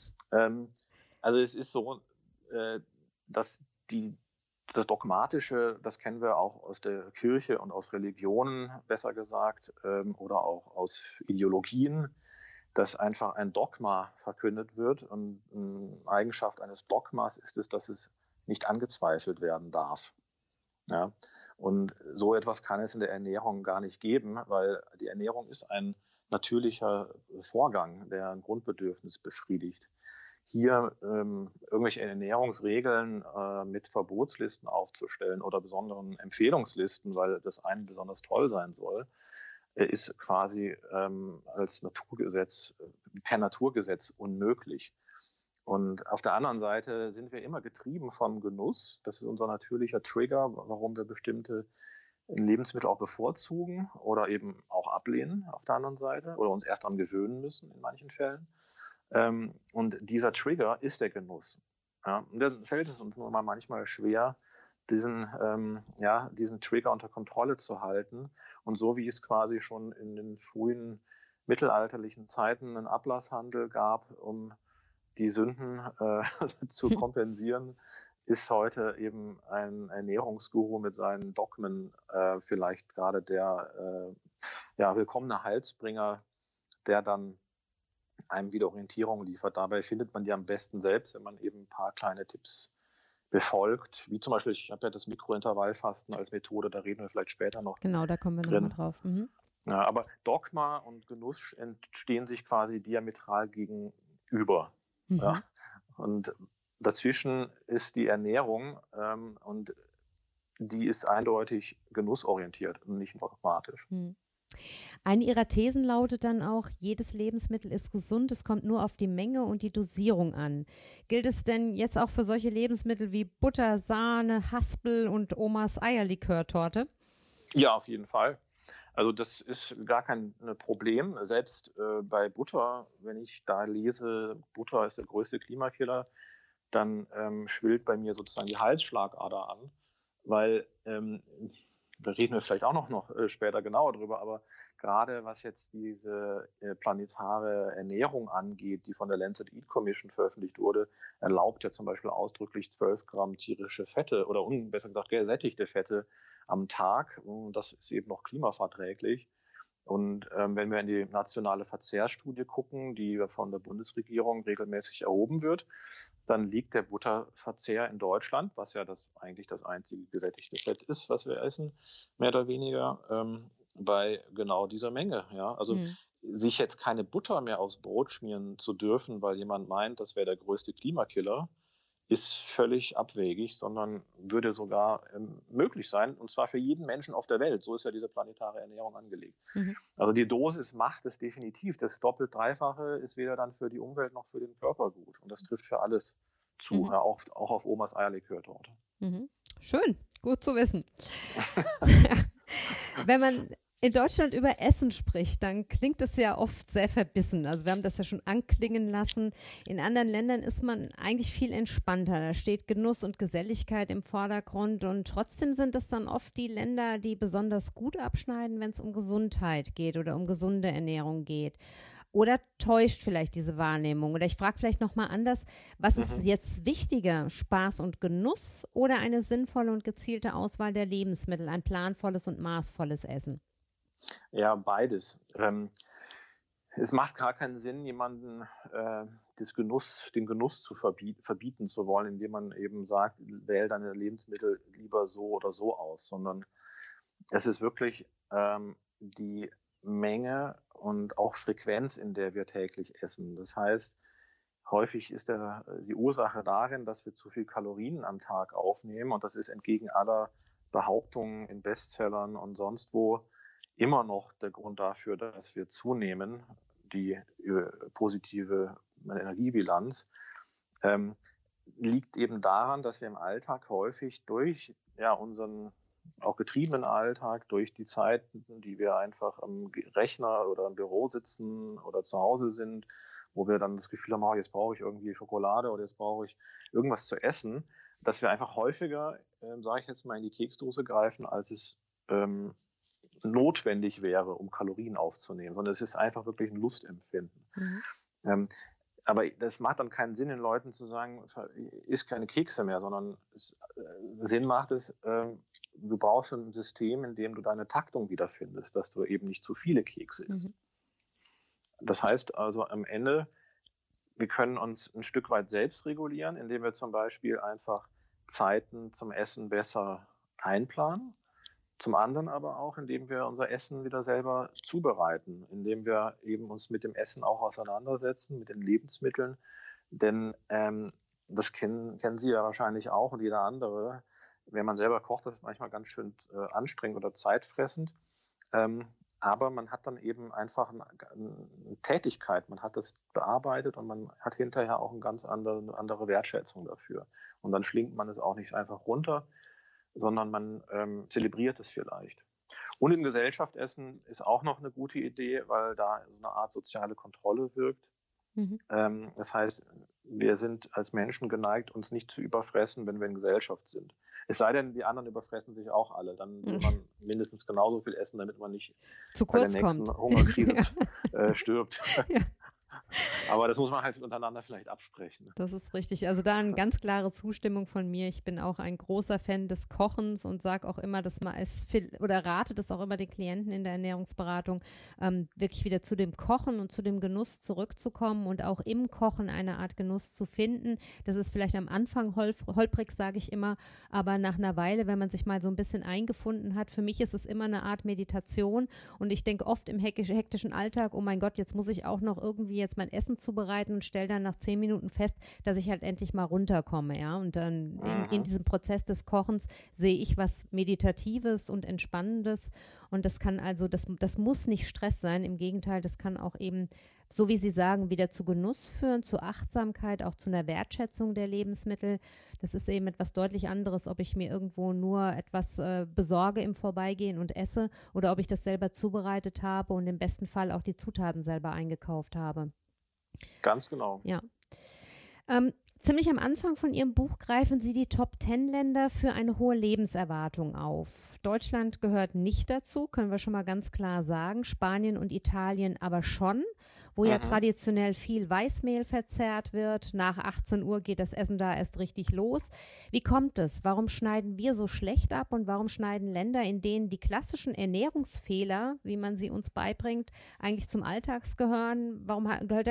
Also es ist so, dass das Dogmatische, das kennen wir auch aus der Kirche und aus Religionen, besser gesagt, oder auch aus Ideologien, dass einfach ein Dogma verkündet wird. Und eine Eigenschaft eines Dogmas ist es, dass es nicht angezweifelt werden darf. Ja, und so etwas kann es in der Ernährung gar nicht geben, weil die Ernährung ist ein natürlicher Vorgang, der ein Grundbedürfnis befriedigt. Hier irgendwelche Ernährungsregeln mit Verbotslisten aufzustellen oder besonderen Empfehlungslisten, weil das eine besonders toll sein soll, ist quasi als Naturgesetz, per Naturgesetz unmöglich. Und auf der anderen Seite sind wir immer getrieben vom Genuss. Das ist unser natürlicher Trigger, warum wir bestimmte Lebensmittel auch bevorzugen oder eben auch ablehnen auf der anderen Seite oder uns erst daran gewöhnen müssen in manchen Fällen. Und dieser Trigger ist der Genuss. Ja, und da fällt es uns nun mal manchmal schwer, diesen Trigger unter Kontrolle zu halten. Und so wie es quasi schon in den frühen mittelalterlichen Zeiten einen Ablasshandel gab, um die Sünden zu kompensieren, ist heute eben ein Ernährungsguru mit seinen Dogmen vielleicht gerade der willkommene Heilsbringer, der dann einem wieder Orientierung liefert. Dabei findet man die am besten selbst, wenn man eben ein paar kleine Tipps befolgt, wie zum Beispiel, ich habe ja das Mikrointervallfasten als Methode, da reden wir vielleicht später noch. Genau, da kommen wir nochmal drauf. Mhm. Ja, aber Dogma und Genuss entstehen sich quasi diametral gegenüber. Mhm. Ja? Und dazwischen ist die Ernährung und die ist eindeutig genussorientiert und nicht dogmatisch. Mhm. Eine ihrer Thesen lautet dann auch, jedes Lebensmittel ist gesund, es kommt nur auf die Menge und die Dosierung an. Gilt es denn jetzt auch für solche Lebensmittel wie Butter, Sahne, Haspel und Omas Eierlikörtorte? Ja, auf jeden Fall. Also das ist gar kein Problem. Selbst bei Butter, wenn ich da lese, Butter ist der größte Klimakiller, dann schwillt bei mir sozusagen die Halsschlagader an, weil da reden wir vielleicht auch noch später genauer drüber, aber gerade was jetzt diese planetare Ernährung angeht, die von der Lancet Eat Commission veröffentlicht wurde, erlaubt ja zum Beispiel ausdrücklich 12 Gramm tierische Fette oder besser gesagt gesättigte Fette am Tag. Und das ist eben noch klimaverträglich. Und wenn wir in die nationale Verzehrstudie gucken, die von der Bundesregierung regelmäßig erhoben wird, dann liegt der Butterverzehr in Deutschland, was ja eigentlich das einzige gesättigte Fett ist, was wir essen, mehr oder weniger, bei genau dieser Menge. Ja? Also sich jetzt keine Butter mehr aufs Brot schmieren zu dürfen, weil jemand meint, das wäre der größte Klimakiller, ist völlig abwegig, sondern würde sogar möglich sein, und zwar für jeden Menschen auf der Welt. So ist ja diese planetare Ernährung angelegt. Mhm. Also die Dosis macht es definitiv. Das Doppelt-Dreifache ist weder dann für die Umwelt noch für den Körper gut. Und das trifft für alles zu, ja, auch auf Omas Eierlikörtorte. Mhm. Schön, gut zu wissen. Wenn man in Deutschland über Essen spricht, dann klingt es ja oft sehr verbissen. Also wir haben das ja schon anklingen lassen. In anderen Ländern ist man eigentlich viel entspannter. Da steht Genuss und Geselligkeit im Vordergrund und trotzdem sind es dann oft die Länder, die besonders gut abschneiden, wenn es um Gesundheit geht oder um gesunde Ernährung geht. Oder täuscht vielleicht diese Wahrnehmung? Oder ich frage vielleicht nochmal anders, was ist jetzt wichtiger, Spaß und Genuss oder eine sinnvolle und gezielte Auswahl der Lebensmittel, ein planvolles und maßvolles Essen? Ja, beides. Es macht gar keinen Sinn, jemanden den Genuss zu verbieten zu wollen, indem man eben sagt, wähl deine Lebensmittel lieber so oder so aus, sondern es ist wirklich die Menge und auch Frequenz, in der wir täglich essen. Das heißt, häufig ist die Ursache darin, dass wir zu viel Kalorien am Tag aufnehmen und das ist entgegen aller Behauptungen in Bestsellern und sonst wo immer noch der Grund dafür, dass wir zunehmen, die positive Energiebilanz, liegt eben daran, dass wir im Alltag häufig durch unseren auch getriebenen Alltag, durch die Zeiten, die wir einfach am Rechner oder im Büro sitzen oder zu Hause sind, wo wir dann das Gefühl haben, oh, jetzt brauche ich irgendwie Schokolade oder jetzt brauche ich irgendwas zu essen, dass wir einfach häufiger, sage ich jetzt mal, in die Keksdose greifen, als es notwendig wäre, um Kalorien aufzunehmen, sondern es ist einfach wirklich ein Lustempfinden. Aber das macht dann keinen Sinn, den Leuten zu sagen, iss keine Kekse mehr, sondern Sinn macht es, du brauchst ein System, in dem du deine Taktung wiederfindest, dass du eben nicht zu viele Kekse isst. Das heißt also am Ende, wir können uns ein Stück weit selbst regulieren, indem wir zum Beispiel einfach Zeiten zum Essen besser einplanen. Zum anderen aber auch, indem wir unser Essen wieder selber zubereiten, indem wir eben uns mit dem Essen auch auseinandersetzen, mit den Lebensmitteln. Denn das kennen Sie ja wahrscheinlich auch und jeder andere. Wenn man selber kocht, das ist manchmal ganz schön anstrengend oder zeitfressend. Aber man hat dann eben einfach eine Tätigkeit, man hat das bearbeitet und man hat hinterher auch eine ganz andere Wertschätzung dafür. Und dann schlingt man es auch nicht einfach runter, sondern man zelebriert es vielleicht. Und in Gesellschaft essen ist auch noch eine gute Idee, weil da so eine Art soziale Kontrolle wirkt. Das heißt, wir sind als Menschen geneigt, uns nicht zu überfressen, wenn wir in Gesellschaft sind. Es sei denn, die anderen überfressen sich auch alle. Dann will man mindestens genauso viel essen, damit man nicht zu bei kurz der nächsten kommt. Hungerkrise stirbt. Ja. Aber das muss man halt untereinander vielleicht absprechen. Das ist richtig. Also da eine ganz klare Zustimmung von mir. Ich bin auch ein großer Fan des Kochens und sage auch immer, dass man rate das auch immer den Klienten in der Ernährungsberatung, wirklich wieder zu dem Kochen und zu dem Genuss zurückzukommen und auch im Kochen eine Art Genuss zu finden. Das ist vielleicht am Anfang holprig, sage ich immer, aber nach einer Weile, wenn man sich mal so ein bisschen eingefunden hat, für mich ist es immer eine Art Meditation und ich denke oft im hektischen Alltag, oh mein Gott, jetzt muss ich auch noch irgendwie jetzt mein Essen zubereiten und stelle dann nach 10 Minuten fest, dass ich halt endlich mal runterkomme, ja, und dann in diesem Prozess des Kochens sehe ich was Meditatives und Entspannendes und das kann also, das muss nicht Stress sein, im Gegenteil, das kann auch eben, so wie Sie sagen, wieder zu Genuss führen, zu Achtsamkeit, auch zu einer Wertschätzung der Lebensmittel. Das ist eben etwas deutlich anderes, ob ich mir irgendwo nur etwas besorge im Vorbeigehen und esse oder ob ich das selber zubereitet habe und im besten Fall auch die Zutaten selber eingekauft habe. Ganz genau. Ja. Ziemlich am Anfang von Ihrem Buch greifen Sie die Top-10-Länder für eine hohe Lebenserwartung auf. Deutschland gehört nicht dazu, können wir schon mal ganz klar sagen. Spanien und Italien aber schon, wo ja traditionell viel Weißmehl verzehrt wird. Nach 18 Uhr geht das Essen da erst richtig los. Wie kommt es? Warum schneiden wir so schlecht ab und warum schneiden Länder, in denen die klassischen Ernährungsfehler, wie man sie uns beibringt, eigentlich zum Alltag gehören? Warum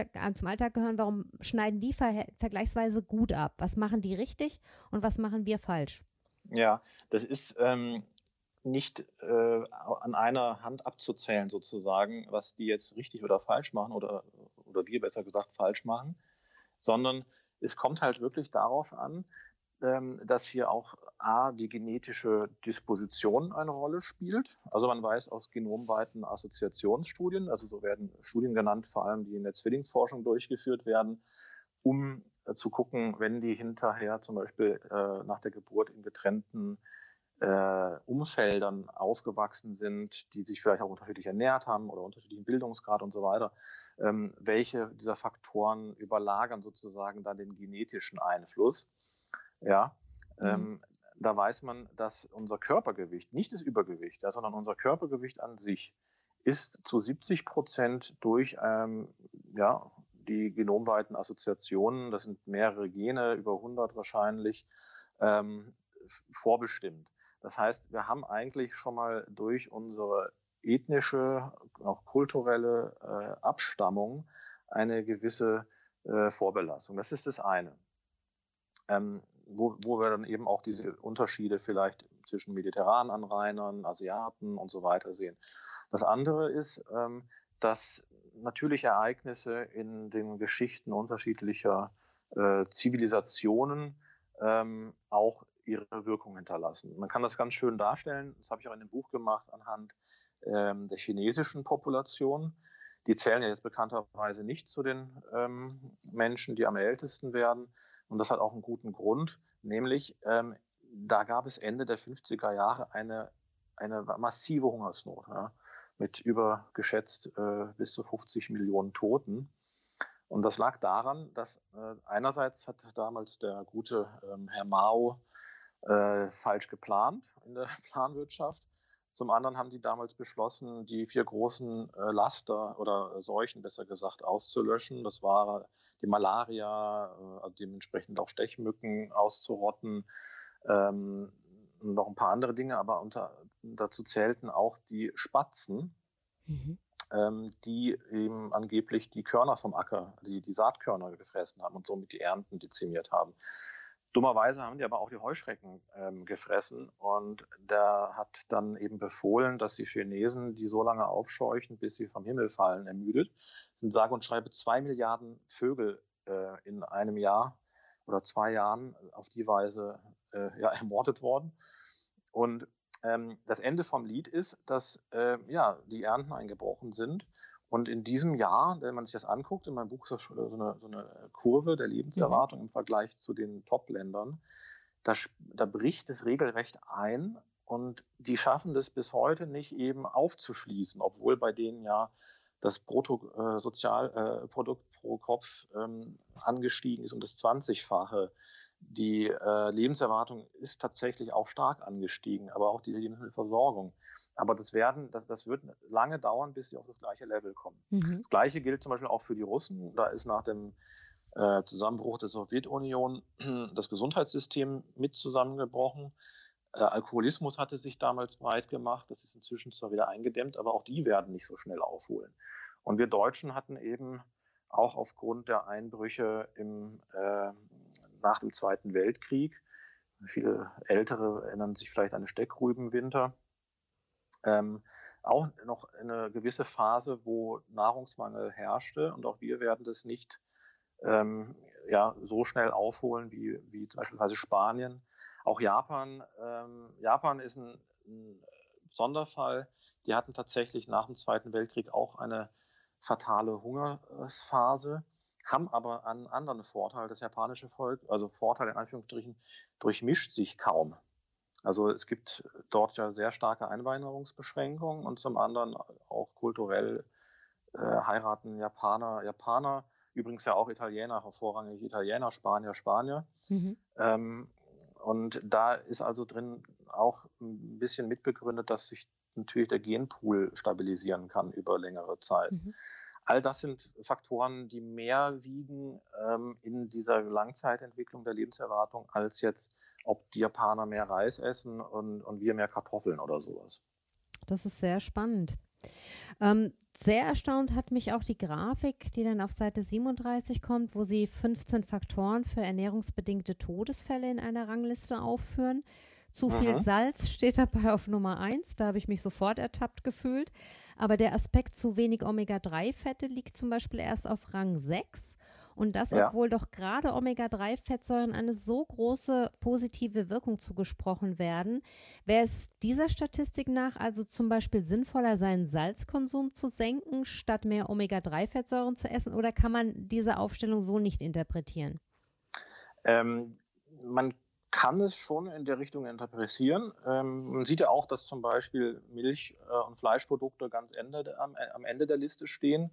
schneiden die vergleichsweise gut ab? Was machen die richtig und was machen wir falsch? Ja, das ist nicht an einer Hand abzuzählen sozusagen, was die jetzt richtig oder falsch machen oder wir besser gesagt falsch machen, sondern es kommt halt wirklich darauf an, dass hier auch die genetische Disposition eine Rolle spielt. Also man weiß aus genomweiten Assoziationsstudien, also so werden Studien genannt, vor allem die in der Zwillingsforschung durchgeführt werden, um zu gucken, wenn die hinterher zum Beispiel nach der Geburt in getrennten Umfeldern aufgewachsen sind, die sich vielleicht auch unterschiedlich ernährt haben oder unterschiedlichen Bildungsgrad und so weiter, welche dieser Faktoren überlagern sozusagen dann den genetischen Einfluss. Ja, da weiß man, dass unser Körpergewicht, nicht das Übergewicht, sondern unser Körpergewicht an sich ist zu 70% durch die genomweiten Assoziationen, das sind mehrere Gene, über 100 wahrscheinlich, vorbestimmt. Das heißt, wir haben eigentlich schon mal durch unsere ethnische, auch kulturelle Abstammung eine gewisse Vorbelastung. Das ist das eine. Wo wir dann eben auch diese Unterschiede vielleicht zwischen mediterranen Anrainern, Asiaten und so weiter sehen. Das andere ist, dass natürliche Ereignisse in den Geschichten unterschiedlicher Zivilisationen auch ihre Wirkung hinterlassen. Man kann das ganz schön darstellen, das habe ich auch in dem Buch gemacht, anhand der chinesischen Population. Die zählen ja jetzt bekannterweise nicht zu den Menschen, die am ältesten werden. Und das hat auch einen guten Grund, nämlich da gab es Ende der 50er Jahre eine massive Hungersnot, ja, mit über geschätzt bis zu 50 Millionen Toten. Und das lag daran, dass einerseits hat damals der gute Herr Mao falsch geplant in der Planwirtschaft. Zum anderen haben die damals beschlossen, die 4 großen Laster oder Seuchen, besser gesagt, auszulöschen. Das war die Malaria, dementsprechend auch Stechmücken auszurotten, noch ein paar andere Dinge, aber dazu zählten auch die Spatzen, die eben angeblich die Körner vom Acker, die Saatkörner gefressen haben und somit die Ernten dezimiert haben. Dummerweise haben die aber auch die Heuschrecken gefressen und der hat dann eben befohlen, dass die Chinesen die so lange aufscheuchen, bis sie vom Himmel fallen, ermüdet. Es sind sage und schreibe 2 Milliarden Vögel in einem Jahr oder 2 Jahren auf die Weise ermordet worden. Und das Ende vom Lied ist, dass die Ernten eingebrochen sind. Und in diesem Jahr, wenn man sich das anguckt, in meinem Buch ist das schon so eine Kurve der Lebenserwartung im Vergleich zu den Top-Ländern, da bricht es regelrecht ein und die schaffen das bis heute nicht eben aufzuschließen, obwohl bei denen ja das Bruttosozialprodukt pro Kopf angestiegen ist um das 20-fache. Die Lebenserwartung ist tatsächlich auch stark angestiegen, aber auch die Lebensmittelversorgung. Aber das wird lange dauern, bis sie auf das gleiche Level kommen. Das Gleiche gilt zum Beispiel auch für die Russen. Da ist nach dem Zusammenbruch der Sowjetunion das Gesundheitssystem mit zusammengebrochen. Alkoholismus hatte sich damals breit gemacht. Das ist inzwischen zwar wieder eingedämmt, aber auch die werden nicht so schnell aufholen. Und wir Deutschen hatten eben auch aufgrund der Einbrüche nach dem Zweiten Weltkrieg, viele Ältere erinnern sich vielleicht an den Steckrübenwinter, auch noch eine gewisse Phase, wo Nahrungsmangel herrschte. Und auch wir werden das nicht so schnell aufholen wie beispielsweise Spanien. Auch Japan. Japan ist ein Sonderfall. Die hatten tatsächlich nach dem Zweiten Weltkrieg auch eine fatale Hungersphase, haben aber einen anderen Vorteil. Das japanische Volk, also Vorteil in Anführungsstrichen, durchmischt sich kaum. Also es gibt dort ja sehr starke Einwanderungsbeschränkungen und zum anderen auch kulturell heiraten Japaner, übrigens ja auch Italiener, vorrangig Italiener, Spanier. Und da ist also drin auch ein bisschen mitbegründet, dass sich natürlich der Genpool stabilisieren kann über längere Zeit. All das sind Faktoren, die mehr wiegen in dieser Langzeitentwicklung der Lebenserwartung, als jetzt, ob die Japaner mehr Reis essen und wir mehr Kartoffeln oder sowas. Das ist sehr spannend. Sehr erstaunt hat mich auch die Grafik, die dann auf Seite 37 kommt, wo Sie 15 Faktoren für ernährungsbedingte Todesfälle in einer Rangliste aufführen. Zu viel Salz steht dabei auf Nummer 1, da habe ich mich sofort ertappt gefühlt. Aber der Aspekt zu wenig Omega-3-Fette liegt zum Beispiel erst auf Rang 6. Und das, obwohl doch gerade Omega-3-Fettsäuren eine so große positive Wirkung zugesprochen werden. Wäre es dieser Statistik nach also zum Beispiel sinnvoller, seinen Salzkonsum zu senken, statt mehr Omega-3-Fettsäuren zu essen? Oder kann man diese Aufstellung so nicht interpretieren? Man kann es schon in der Richtung interpretieren. Man sieht ja auch, dass zum Beispiel Milch- und Fleischprodukte ganz am Ende der Liste stehen,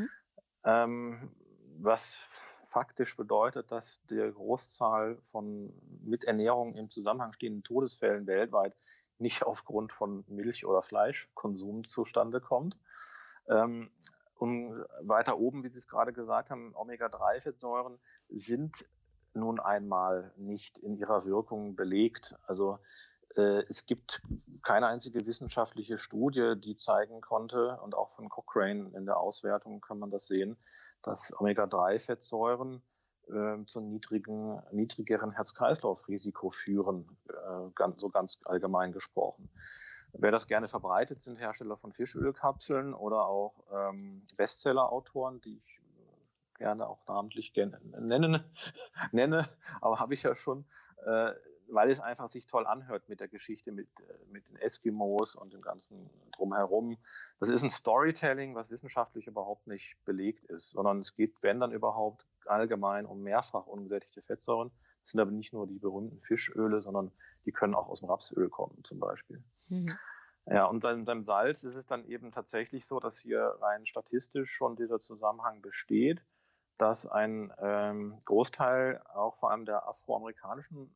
was faktisch bedeutet, dass die Großzahl von mit Ernährung im Zusammenhang stehenden Todesfällen weltweit nicht aufgrund von Milch- oder Fleischkonsum zustande kommt. Und weiter oben, wie Sie es gerade gesagt haben, Omega-3-Fettsäuren sind nun einmal nicht in ihrer Wirkung belegt. Also es gibt keine einzige wissenschaftliche Studie, die zeigen konnte, und auch von Cochrane in der Auswertung kann man das sehen, dass Omega-3-Fettsäuren zu niedrigeren Herz-Kreislauf-Risiko führen, ganz allgemein gesprochen. Wer das gerne verbreitet, sind Hersteller von Fischölkapseln oder auch Bestseller-Autoren, die ich gerne auch namentlich nenne, aber habe ich ja schon, weil es einfach sich toll anhört mit der Geschichte mit den Eskimos und dem ganzen Drumherum. Das ist ein Storytelling, was wissenschaftlich überhaupt nicht belegt ist, sondern es geht, wenn dann überhaupt, allgemein um mehrfach ungesättigte Fettsäuren. Das sind aber nicht nur die berühmten Fischöle, sondern die können auch aus dem Rapsöl kommen zum Beispiel. Ja, und beim Salz ist es dann eben tatsächlich so, dass hier rein statistisch schon dieser Zusammenhang besteht, dass ein Großteil auch vor allem der afroamerikanischen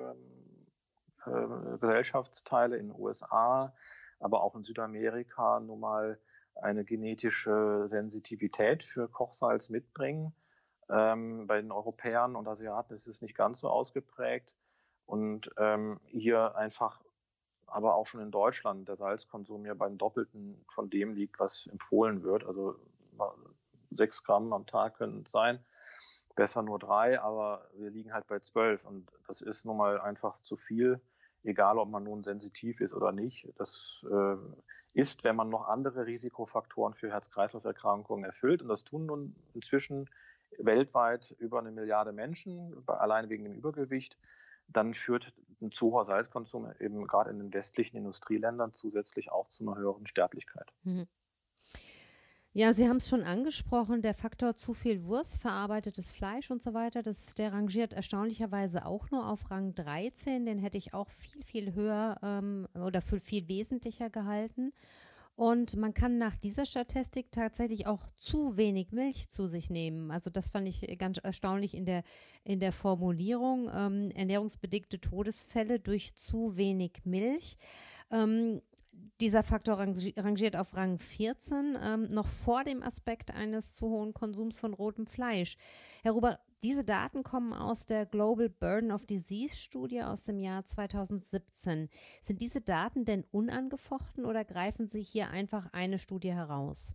Gesellschaftsteile in den USA, aber auch in Südamerika nun mal eine genetische Sensitivität für Kochsalz mitbringen. Bei den Europäern und Asiaten ist es nicht ganz so ausgeprägt. Und hier einfach, aber auch schon in Deutschland, der Salzkonsum ja beim Doppelten von dem liegt, was empfohlen wird. Also 6 Gramm am Tag können es sein, besser nur 3, aber wir liegen halt bei 12 und das ist nun mal einfach zu viel, egal ob man nun sensitiv ist oder nicht. Das ist, wenn man noch andere Risikofaktoren für Herz-Kreislauf-Erkrankungen erfüllt, und das tun nun inzwischen weltweit über 1 Milliarde Menschen, allein wegen dem Übergewicht, dann führt ein zu hoher Salzkonsum eben gerade in den westlichen Industrieländern zusätzlich auch zu einer höheren Sterblichkeit. Ja, Sie haben es schon angesprochen, der Faktor zu viel Wurst, verarbeitetes Fleisch und so weiter, der rangiert erstaunlicherweise auch nur auf Rang 13. Den hätte ich auch viel, viel höher oder für viel wesentlicher gehalten. Und man kann nach dieser Statistik tatsächlich auch zu wenig Milch zu sich nehmen. Also das fand ich ganz erstaunlich in der Formulierung. Ernährungsbedingte Todesfälle durch zu wenig Milch. Dieser Faktor rangiert auf Rang 14, noch vor dem Aspekt eines zu hohen Konsums von rotem Fleisch. Herr Ruber, diese Daten kommen aus der Global Burden of Disease Studie aus dem Jahr 2017. Sind diese Daten denn unangefochten oder greifen Sie hier einfach eine Studie heraus?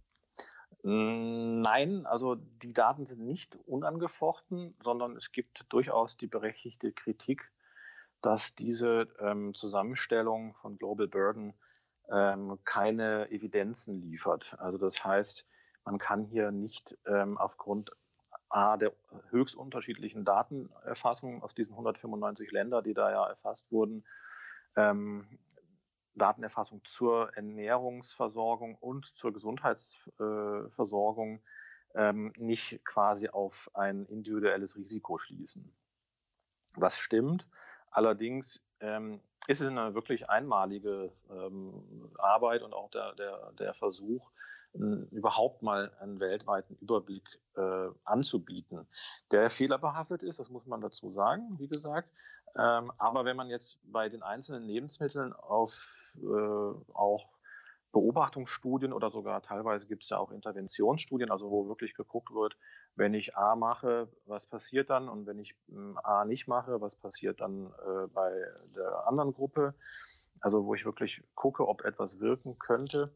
Nein, also die Daten sind nicht unangefochten, sondern es gibt durchaus die berechtigte Kritik, dass diese Zusammenstellung von Global Burden keine Evidenzen liefert. Also das heißt, man kann hier nicht aufgrund der höchst unterschiedlichen Datenerfassung aus diesen 195 Ländern, die da ja erfasst wurden, Datenerfassung zur Ernährungsversorgung und zur Gesundheitsversorgung nicht quasi auf ein individuelles Risiko schließen. Was stimmt, allerdings ist es eine wirklich einmalige Arbeit und auch der Versuch, überhaupt mal einen weltweiten Überblick anzubieten, der fehlerbehaftet ist, das muss man dazu sagen, wie gesagt. Aber wenn man jetzt bei den einzelnen Lebensmitteln auf auch Beobachtungsstudien oder sogar teilweise gibt es ja auch Interventionsstudien, also wo wirklich geguckt wird, wenn ich A mache, was passiert dann? Und wenn ich A nicht mache, was passiert dann bei der anderen Gruppe? Also wo ich wirklich gucke, ob etwas wirken könnte.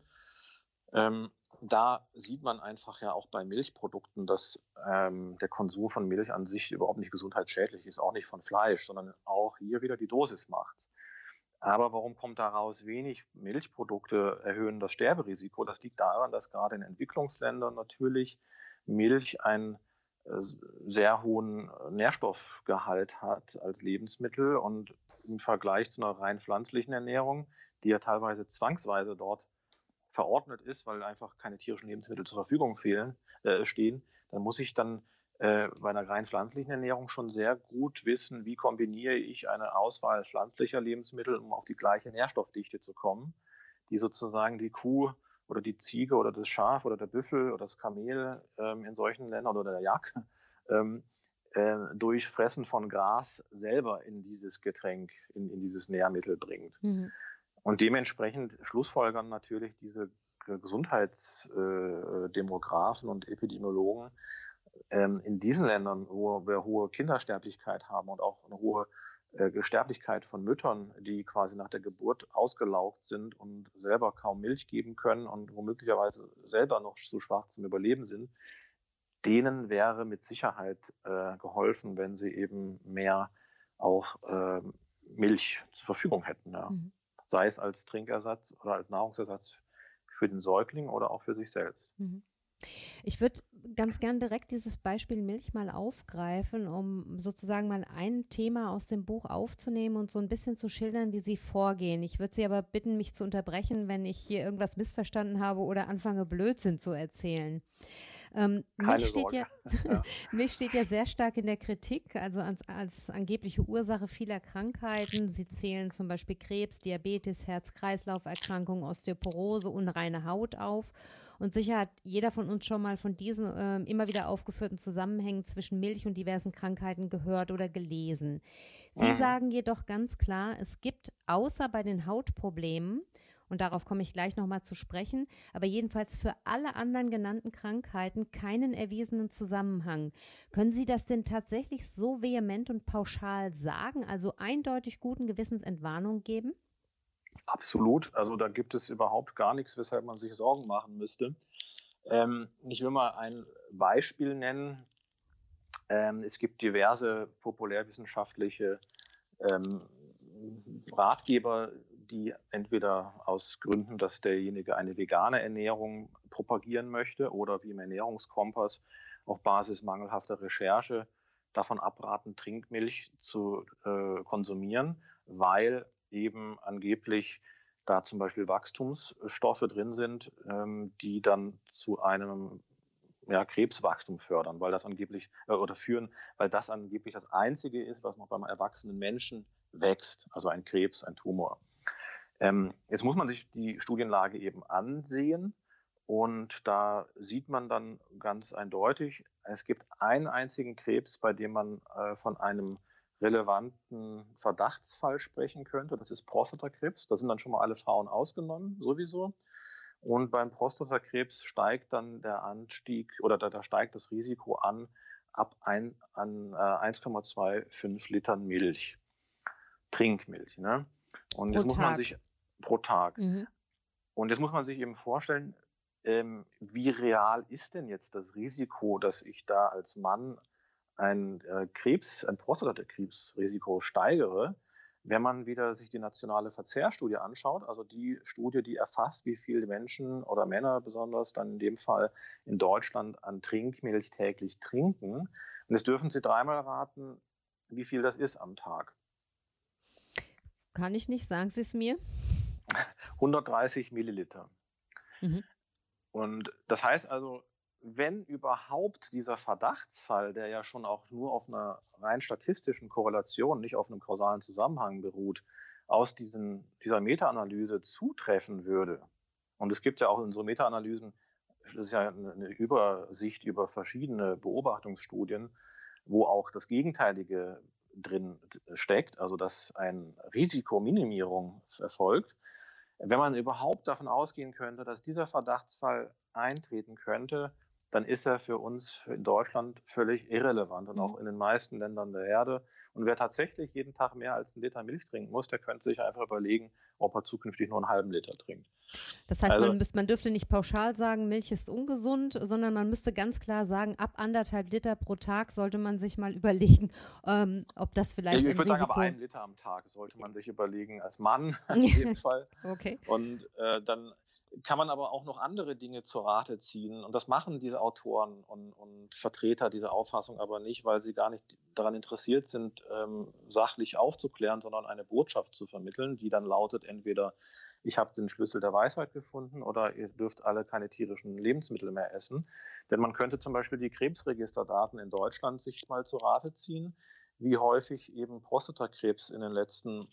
Da sieht man einfach ja auch bei Milchprodukten, dass der Konsum von Milch an sich überhaupt nicht gesundheitsschädlich ist, auch nicht von Fleisch, sondern auch hier wieder die Dosis macht's. Aber warum kommt daraus? Wenig Milchprodukte erhöhen das Sterberisiko. Das liegt daran, dass gerade in Entwicklungsländern natürlich Milch einen sehr hohen Nährstoffgehalt hat als Lebensmittel und im Vergleich zu einer rein pflanzlichen Ernährung, die ja teilweise zwangsweise dort verordnet ist, weil einfach keine tierischen Lebensmittel zur Verfügung stehen, dann muss ich dann bei einer rein pflanzlichen Ernährung schon sehr gut wissen, wie kombiniere ich eine Auswahl pflanzlicher Lebensmittel, um auf die gleiche Nährstoffdichte zu kommen, die sozusagen die Kuh oder die Ziege oder das Schaf oder der Büffel oder das Kamel in solchen Ländern oder der Yak durch Fressen von Gras selber in dieses Getränk, in dieses Nährmittel bringt. Mhm. Und dementsprechend schlussfolgern natürlich diese Gesundheitsdemografen und Epidemiologen in diesen Ländern, wo wir hohe Kindersterblichkeit haben und auch eine hohe Sterblichkeit von Müttern, die quasi nach der Geburt ausgelaugt sind und selber kaum Milch geben können und womöglicherweise selber noch zu schwach zum Überleben sind, denen wäre mit Sicherheit geholfen, wenn sie eben mehr auch Milch zur Verfügung hätten. Ja. Mhm. Sei es als Trinkersatz oder als Nahrungsersatz für den Säugling oder auch für sich selbst. Mhm. Ich würde ganz gern direkt dieses Beispiel Milch mal aufgreifen, um sozusagen mal ein Thema aus dem Buch aufzunehmen und so ein bisschen zu schildern, wie Sie vorgehen. Ich würde Sie aber bitten, mich zu unterbrechen, wenn ich hier irgendwas missverstanden habe oder anfange, Blödsinn zu erzählen. Milch steht ja sehr stark in der Kritik, also als angebliche Ursache vieler Krankheiten. Sie zählen zum Beispiel Krebs, Diabetes, Herz-Kreislauf-Erkrankungen, Osteoporose, unreine Haut auf. Und sicher hat jeder von uns schon mal von diesen immer wieder aufgeführten Zusammenhängen zwischen Milch und diversen Krankheiten gehört oder gelesen. Sie sagen jedoch ganz klar, es gibt außer bei den Hautproblemen, und darauf komme ich gleich nochmal zu sprechen, aber jedenfalls für alle anderen genannten Krankheiten keinen erwiesenen Zusammenhang. Können Sie das denn tatsächlich so vehement und pauschal sagen, also eindeutig guten Gewissens Entwarnung geben? Absolut, also da gibt es überhaupt gar nichts, weshalb man sich Sorgen machen müsste. Ich will mal ein Beispiel nennen. Es gibt diverse populärwissenschaftliche Ratgeber, die entweder aus Gründen, dass derjenige eine vegane Ernährung propagieren möchte oder wie im Ernährungskompass auf Basis mangelhafter Recherche davon abraten, Trinkmilch zu konsumieren, weil eben angeblich da zum Beispiel Wachstumsstoffe drin sind, die dann zu einem Krebswachstum fördern, weil das angeblich weil das angeblich das Einzige ist, was noch beim erwachsenen Menschen wächst, also ein Krebs, ein Tumor. Jetzt muss man sich die Studienlage eben ansehen und da sieht man dann ganz eindeutig, es gibt einen einzigen Krebs, bei dem man von einem relevanten Verdachtsfall sprechen könnte. Das ist Prostatakrebs. Da sind dann schon mal alle Frauen ausgenommen, sowieso. Und beim Prostatakrebs steigt dann der Anstieg oder da steigt das Risiko an ab 1,25 Litern Milch, Trinkmilch. Ne? Und jetzt muss man sich pro Tag. Und jetzt muss man sich eben vorstellen, wie real ist denn jetzt das Risiko, dass ich da als Mann ein Prostatakrebsrisiko steigere, wenn man wieder sich die nationale Verzehrstudie anschaut, also die Studie, die erfasst, wie viele Menschen oder Männer besonders dann in dem Fall in Deutschland an Trinkmilch täglich trinken. Und jetzt dürfen Sie dreimal raten, wie viel das ist am Tag. Kann ich nicht, sagen Sie es mir. 130 Milliliter. Und das heißt also, wenn überhaupt dieser Verdachtsfall, der ja schon auch nur auf einer rein statistischen Korrelation, nicht auf einem kausalen Zusammenhang beruht, aus dieser Meta-Analyse zutreffen würde, und es gibt ja auch in unseren Meta-Analysen, das ist ja eine Übersicht über verschiedene Beobachtungsstudien, wo auch das Gegenteilige drin steckt, also dass eine Risikominimierung erfolgt. Wenn man überhaupt davon ausgehen könnte, dass dieser Verdachtsfall eintreten könnte, dann ist er für uns in Deutschland völlig irrelevant und auch in den meisten Ländern der Erde. Und wer tatsächlich jeden Tag mehr als 1 Liter Milch trinken muss, der könnte sich einfach überlegen, ob er zukünftig nur einen halben Liter trinkt. Das heißt, man dürfte nicht pauschal sagen, Milch ist ungesund, sondern man müsste ganz klar sagen, ab 1,5 Liter pro Tag sollte man sich mal überlegen, ob das vielleicht ich würde sagen, aber 1 Liter am Tag sollte man sich überlegen als Mann in jedem Fall. Okay. Und dann kann man aber auch noch andere Dinge zur Rate ziehen. Und das machen diese Autoren und Vertreter dieser Auffassung aber nicht, weil sie gar nicht daran interessiert sind, sachlich aufzuklären, sondern eine Botschaft zu vermitteln, die dann lautet entweder, ich habe den Schlüssel der Weisheit gefunden oder ihr dürft alle keine tierischen Lebensmittel mehr essen. Denn man könnte zum Beispiel die Krebsregisterdaten in Deutschland sich mal zu Rate ziehen, wie häufig eben Prostatakrebs in den letzten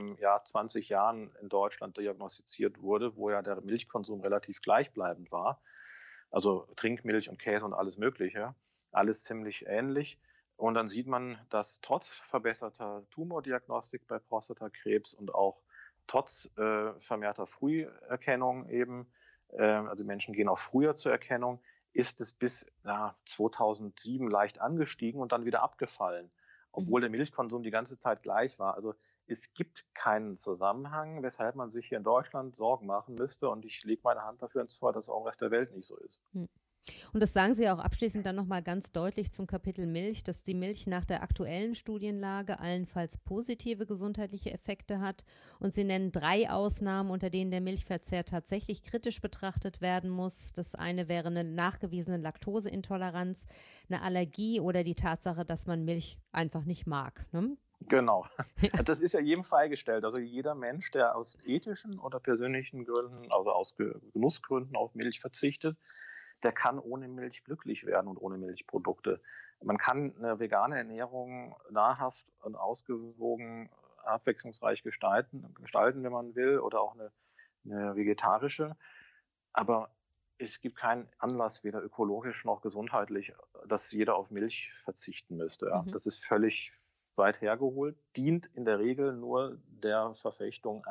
20 Jahren in Deutschland diagnostiziert wurde, wo ja der Milchkonsum relativ gleichbleibend war. Also Trinkmilch und Käse und alles Mögliche, alles ziemlich ähnlich. Und dann sieht man, dass trotz verbesserter Tumordiagnostik bei Prostatakrebs und auch trotz vermehrter Früherkennung eben, also die Menschen gehen auch früher zur Erkennung, ist es bis 2007 leicht angestiegen und dann wieder abgefallen, obwohl der Milchkonsum die ganze Zeit gleich war. Also es gibt keinen Zusammenhang, weshalb man sich hier in Deutschland Sorgen machen müsste. Und ich lege meine Hand dafür ins Feuer, dass es auch im Rest der Welt nicht so ist. Und das sagen Sie auch abschließend dann nochmal ganz deutlich zum Kapitel Milch, dass die Milch nach der aktuellen Studienlage allenfalls positive gesundheitliche Effekte hat. Und Sie nennen 3 Ausnahmen, unter denen der Milchverzehr tatsächlich kritisch betrachtet werden muss. Das eine wäre eine nachgewiesene Laktoseintoleranz, eine Allergie oder die Tatsache, dass man Milch einfach nicht mag. Ne? Genau. Das ist ja jedem freigestellt. Also jeder Mensch, der aus ethischen oder persönlichen Gründen, also aus Genussgründen auf Milch verzichtet, der kann ohne Milch glücklich werden und ohne Milchprodukte. Man kann eine vegane Ernährung nahrhaft und ausgewogen, abwechslungsreich gestalten, wenn man will, oder auch eine vegetarische. Aber es gibt keinen Anlass, weder ökologisch noch gesundheitlich, dass jeder auf Milch verzichten müsste. Ja. Das ist völlig weit hergeholt, dient in der Regel nur der Verfechtung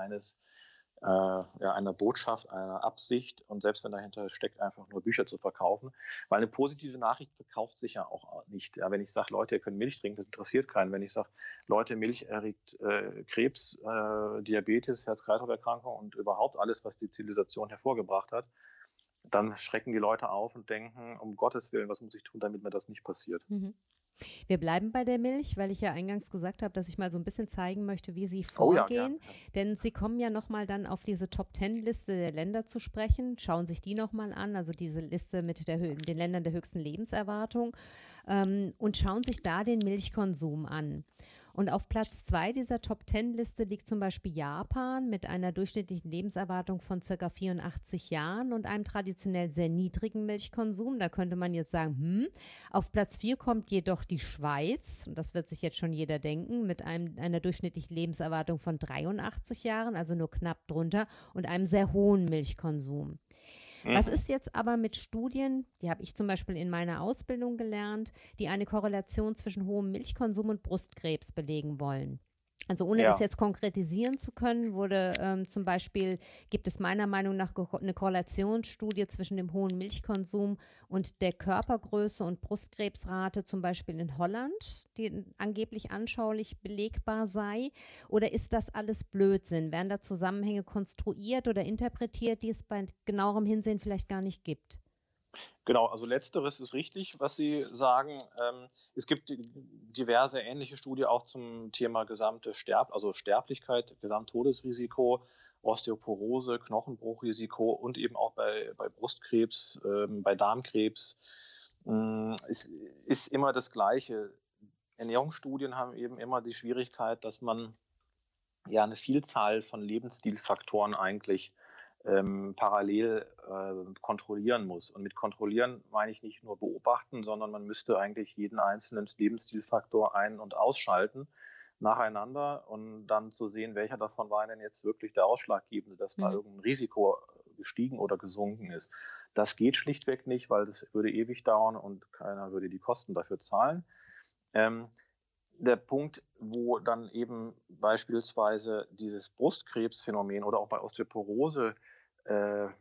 einer Botschaft, einer Absicht, und selbst wenn dahinter steckt, einfach nur Bücher zu verkaufen, weil eine positive Nachricht verkauft sich ja auch nicht. Ja, wenn ich sage, Leute, ihr könnt Milch trinken, das interessiert keinen. Wenn ich sage, Leute, Milch erregt Krebs, Diabetes, Herz-Kreislauf-Erkrankung und überhaupt alles, was die Zivilisation hervorgebracht hat, dann schrecken die Leute auf und denken, um Gottes Willen, was muss ich tun, damit mir das nicht passiert. Wir bleiben bei der Milch, weil ich ja eingangs gesagt habe, dass ich mal so ein bisschen zeigen möchte, wie Sie vorgehen. Denn Sie kommen ja nochmal dann auf diese Top-10-Liste der Länder zu sprechen. Schauen sich die nochmal an, also diese Liste mit den Ländern der höchsten Lebenserwartung, und schauen sich da den Milchkonsum an. Und auf Platz 2 dieser Top-10-Liste liegt zum Beispiel Japan mit einer durchschnittlichen Lebenserwartung von ca. 84 Jahren und einem traditionell sehr niedrigen Milchkonsum. Da könnte man jetzt sagen, Auf Platz 4 kommt jedoch die Schweiz, und das wird sich jetzt schon jeder denken, mit einer durchschnittlichen Lebenserwartung von 83 Jahren, also nur knapp drunter, und einem sehr hohen Milchkonsum. Was ist jetzt aber mit Studien, die habe ich zum Beispiel in meiner Ausbildung gelernt, die eine Korrelation zwischen hohem Milchkonsum und Brustkrebs belegen wollen? Also ohne das jetzt konkretisieren zu können, zum Beispiel, gibt es meiner Meinung nach eine Korrelationsstudie zwischen dem hohen Milchkonsum und der Körpergröße und Brustkrebsrate, zum Beispiel in Holland, die angeblich anschaulich belegbar sei. Oder ist das alles Blödsinn? Werden da Zusammenhänge konstruiert oder interpretiert, die es bei genauerem Hinsehen vielleicht gar nicht gibt? Genau, also letzteres ist richtig, was Sie sagen. Es gibt diverse ähnliche Studien auch zum Thema Sterblichkeit, Gesamttodesrisiko, Osteoporose, Knochenbruchrisiko und eben auch bei Brustkrebs, bei Darmkrebs. Es ist immer das Gleiche. Ernährungsstudien haben eben immer die Schwierigkeit, dass man ja eine Vielzahl von Lebensstilfaktoren eigentlich parallel kontrollieren muss. Und mit kontrollieren meine ich nicht nur beobachten, sondern man müsste eigentlich jeden einzelnen Lebensstilfaktor ein- und ausschalten nacheinander und dann zu sehen, welcher davon war denn jetzt wirklich der Ausschlaggebende, dass da irgendein Risiko gestiegen oder gesunken ist. Das geht schlichtweg nicht, weil das würde ewig dauern und keiner würde die Kosten dafür zahlen. Der Punkt, wo dann eben beispielsweise dieses Brustkrebsphänomen oder auch bei Osteoporose der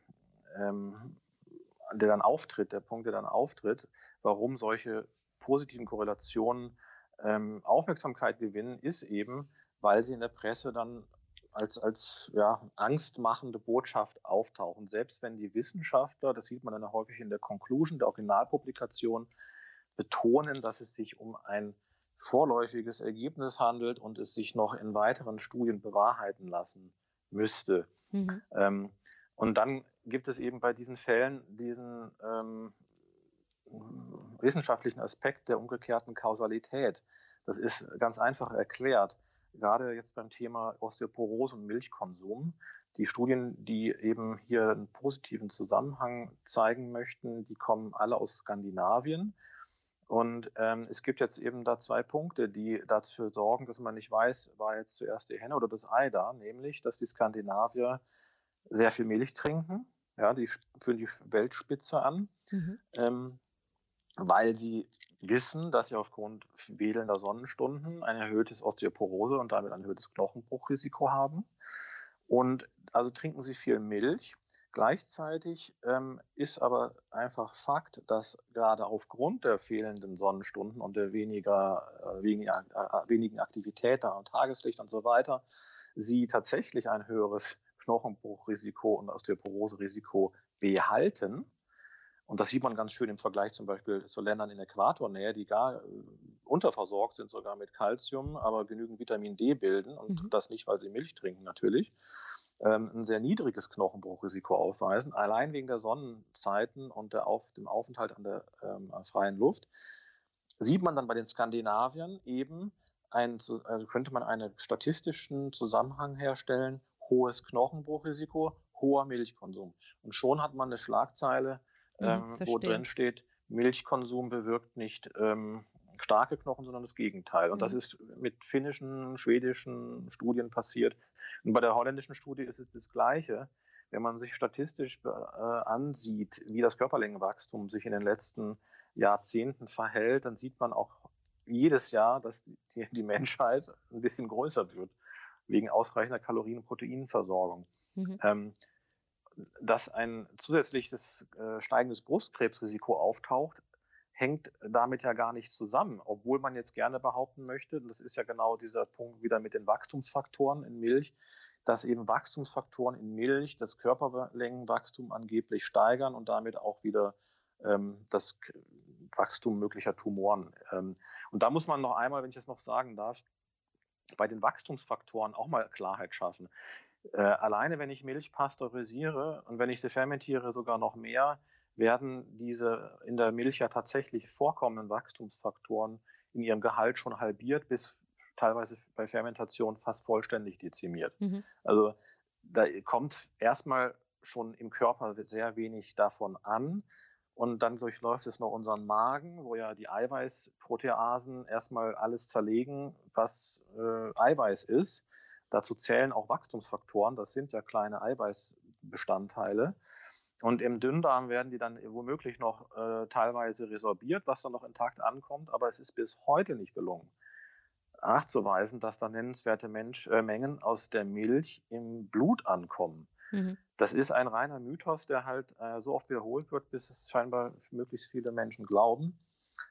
Punkt, der dann auftritt, warum solche positiven Korrelationen Aufmerksamkeit gewinnen, ist eben, weil sie in der Presse dann als angstmachende Botschaft auftauchen. Selbst wenn die Wissenschaftler, das sieht man dann häufig in der Conclusion, der Originalpublikation, betonen, dass es sich um ein vorläufiges Ergebnis handelt und es sich noch in weiteren Studien bewahrheiten lassen müsste. Und dann gibt es eben bei diesen Fällen diesen wissenschaftlichen Aspekt der umgekehrten Kausalität. Das ist ganz einfach erklärt. Gerade jetzt beim Thema Osteoporose und Milchkonsum. Die Studien, die eben hier einen positiven Zusammenhang zeigen möchten, die kommen alle aus Skandinavien. Und es gibt jetzt eben da zwei Punkte, die dafür sorgen, dass man nicht weiß, war jetzt zuerst die Henne oder das Ei da, nämlich, dass die Skandinavier sehr viel Milch trinken, ja, die führen die Weltspitze an, weil sie wissen, dass sie aufgrund fehlender Sonnenstunden ein erhöhtes Osteoporose und damit ein erhöhtes Knochenbruchrisiko haben. Und also trinken sie viel Milch. Gleichzeitig ist aber einfach Fakt, dass gerade aufgrund der fehlenden Sonnenstunden und der wenigen Aktivität am Tageslicht und so weiter, sie tatsächlich ein höheres Knochenbruchrisiko und Osteoporoserisiko behalten. Und das sieht man ganz schön im Vergleich zum Beispiel zu Ländern in Äquatornähe, die gar unterversorgt sind, sogar mit Kalzium, aber genügend Vitamin D bilden und das nicht, weil sie Milch trinken natürlich, ein sehr niedriges Knochenbruchrisiko aufweisen, allein wegen der Sonnenzeiten und dem Aufenthalt an der freien Luft. Sieht man dann bei den Skandinaviern eben, könnte man einen statistischen Zusammenhang herstellen, hohes Knochenbruchrisiko, hoher Milchkonsum. Und schon hat man eine Schlagzeile, wo drin steht, Milchkonsum bewirkt nicht starke Knochen, sondern das Gegenteil. Und das ist mit finnischen, schwedischen Studien passiert. Und bei der holländischen Studie ist es das Gleiche. Wenn man sich statistisch ansieht, wie das Körperlängenwachstum sich in den letzten Jahrzehnten verhält, dann sieht man auch jedes Jahr, dass die Menschheit ein bisschen größer wird, wegen ausreichender Kalorien- und Proteinversorgung. Dass ein zusätzliches steigendes Brustkrebsrisiko auftaucht, hängt damit ja gar nicht zusammen, obwohl man jetzt gerne behaupten möchte, und das ist ja genau dieser Punkt wieder mit den Wachstumsfaktoren in Milch, dass eben Wachstumsfaktoren in Milch das Körperlängenwachstum angeblich steigern und damit auch wieder das Wachstum möglicher Tumoren. Und da muss man noch einmal, wenn ich das noch sagen darf, bei den Wachstumsfaktoren auch mal Klarheit schaffen. Alleine wenn ich Milch pasteurisiere und wenn ich sie fermentiere sogar noch mehr, werden diese in der Milch ja tatsächlich vorkommenden Wachstumsfaktoren in ihrem Gehalt schon halbiert bis teilweise bei Fermentation fast vollständig dezimiert. Mhm. Also da kommt erstmal schon im Körper sehr wenig davon an. Und dann durchläuft es noch unseren Magen, wo ja die Eiweißproteasen erstmal alles zerlegen, was Eiweiß ist. Dazu zählen auch Wachstumsfaktoren, das sind ja kleine Eiweißbestandteile. Und im Dünndarm werden die dann womöglich noch teilweise resorbiert, was dann noch intakt ankommt. Aber es ist bis heute nicht gelungen, nachzuweisen, dass da nennenswerte Mengen aus der Milch im Blut ankommen. Mhm. Das ist ein reiner Mythos, der halt so oft wiederholt wird, bis es scheinbar möglichst viele Menschen glauben.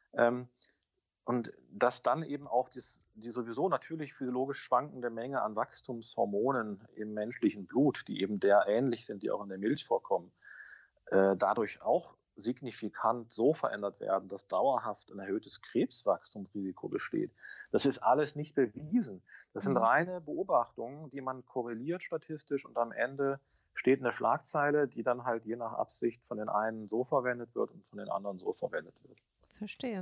Und dass dann eben auch die sowieso natürlich physiologisch schwankende Menge an Wachstumshormonen im menschlichen Blut, die eben der ähnlich sind, die auch in der Milch vorkommen, dadurch auch signifikant so verändert werden, dass dauerhaft ein erhöhtes Krebswachstumsrisiko besteht. Das ist alles nicht bewiesen. Das sind reine Beobachtungen, die man korreliert statistisch und am Ende steht eine Schlagzeile, die dann halt je nach Absicht von den einen so verwendet wird und von den anderen so verwendet wird. Verstehe.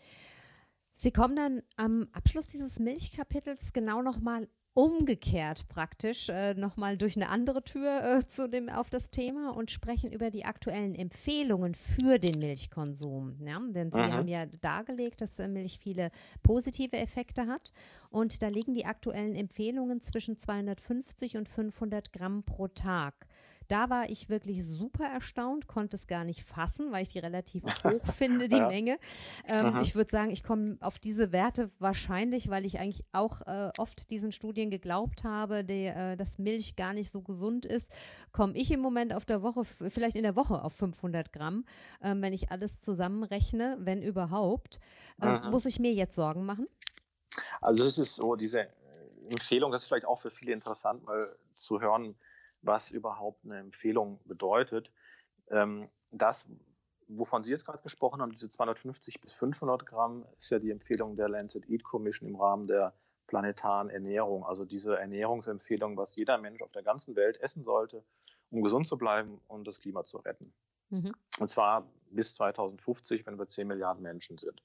Sie kommen dann am Abschluss dieses Milchkapitels genau nochmal umgekehrt praktisch nochmal durch eine andere Tür auf das Thema und sprechen über die aktuellen Empfehlungen für den Milchkonsum. Ja? Denn Sie haben ja dargelegt, dass Milch viele positive Effekte hat und da liegen die aktuellen Empfehlungen zwischen 250 und 500 Gramm pro Tag. Da war ich wirklich super erstaunt, konnte es gar nicht fassen, weil ich die relativ hoch finde, die Menge. Ich würde sagen, ich komme auf diese Werte wahrscheinlich, weil ich eigentlich auch oft diesen Studien geglaubt habe, dass Milch gar nicht so gesund ist, komme ich im Moment vielleicht in der Woche auf 500 Gramm, wenn ich alles zusammenrechne, wenn überhaupt. Muss ich mir jetzt Sorgen machen? Also es ist so, diese Empfehlung, das ist vielleicht auch für viele interessant, mal zu hören, was überhaupt eine Empfehlung bedeutet. Das, wovon Sie jetzt gerade gesprochen haben, diese 250 bis 500 Gramm, ist ja die Empfehlung der Lancet Eat Commission im Rahmen der planetaren Ernährung. Also diese Ernährungsempfehlung, was jeder Mensch auf der ganzen Welt essen sollte, um gesund zu bleiben und das Klima zu retten. Und zwar bis 2050, wenn wir 10 Milliarden Menschen sind.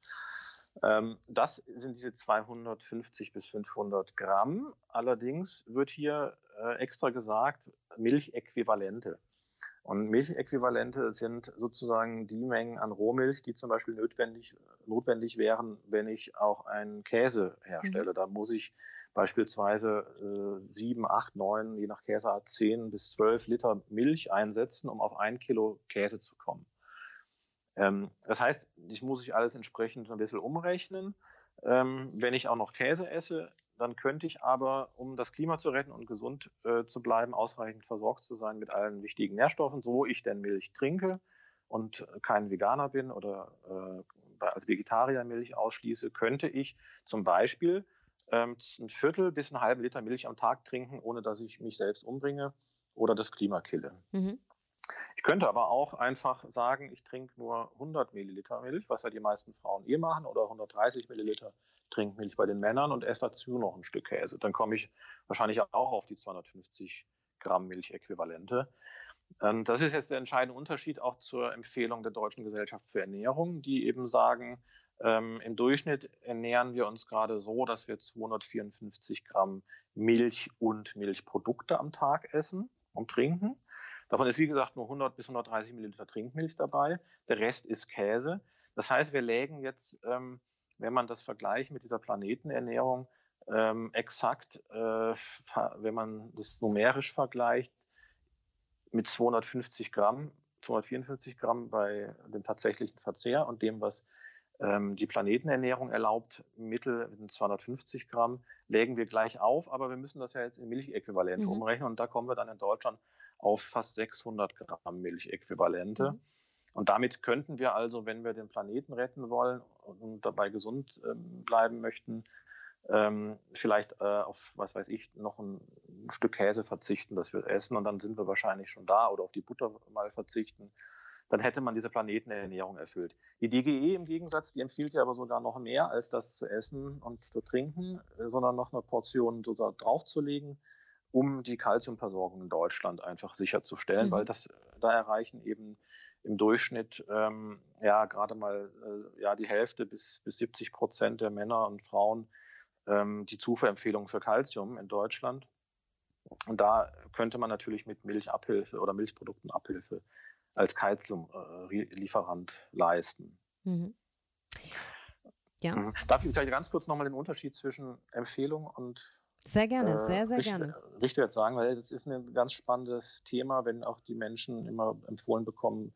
Das sind diese 250 bis 500 Gramm. Allerdings wird hier extra gesagt, Milchäquivalente. Und Milchäquivalente sind sozusagen die Mengen an Rohmilch, die zum Beispiel notwendig wären, wenn ich auch einen Käse herstelle. Da muss ich beispielsweise 7, 8, 9, je nach Käseart 10 bis 12 Liter Milch einsetzen, um auf 1 Kilo Käse zu kommen. Das heißt, ich muss alles entsprechend ein bisschen umrechnen. Wenn ich auch noch Käse esse, dann könnte ich aber, um das Klima zu retten und gesund zu bleiben, ausreichend versorgt zu sein mit allen wichtigen Nährstoffen, so ich denn Milch trinke und kein Veganer bin oder als Vegetarier Milch ausschließe, könnte ich zum Beispiel ein Viertel bis einen halben Liter Milch am Tag trinken, ohne dass ich mich selbst umbringe oder das Klima kille. Ich könnte aber auch einfach sagen, ich trinke nur 100 Milliliter Milch, was ja die meisten Frauen machen, oder 130 Milliliter Trinkmilch bei den Männern und esse dazu noch ein Stück Käse. Dann komme ich wahrscheinlich auch auf die 250 Gramm Milchäquivalente. Das ist jetzt der entscheidende Unterschied auch zur Empfehlung der Deutschen Gesellschaft für Ernährung, die eben sagen, im Durchschnitt ernähren wir uns gerade so, dass wir 254 Gramm Milch und Milchprodukte am Tag essen und trinken. Davon ist, wie gesagt, nur 100 bis 130 Milliliter Trinkmilch dabei. Der Rest ist Käse. Das heißt, wir lägen jetzt, wenn man das vergleicht mit dieser Planetenernährung, exakt, wenn man das numerisch vergleicht, mit 254 Gramm bei dem tatsächlichen Verzehr und dem, was die Planetenernährung erlaubt, mit 250 Gramm, lägen wir gleich auf, aber wir müssen das ja jetzt in Milchäquivalente umrechnen und da kommen wir dann in Deutschland auf fast 600 Gramm Milchäquivalente. Und damit könnten wir also, wenn wir den Planeten retten wollen und dabei gesund bleiben möchten, vielleicht auf, was weiß ich, noch ein Stück Käse verzichten, das wir essen und dann sind wir wahrscheinlich schon da oder auf die Butter mal verzichten. Dann hätte man diese Planetenernährung erfüllt. Die DGE im Gegensatz, die empfiehlt ja aber sogar noch mehr als das zu essen und zu trinken, sondern noch eine Portion so draufzulegen, um die Kalziumversorgung in Deutschland einfach sicherzustellen, weil da erreichen eben im Durchschnitt gerade mal die Hälfte bis 70% der Männer und Frauen die Zufuhrempfehlung für Calcium in Deutschland. Und da könnte man natürlich mit Milchabhilfe oder Milchproduktenabhilfe als Calciumlieferant leisten. Mhm. Ja. Darf ich vielleicht ganz kurz nochmal den Unterschied zwischen Empfehlung und sehr gerne, sehr gerne. Richtwert sagen, weil das ist ein ganz spannendes Thema, wenn auch die Menschen immer empfohlen bekommen,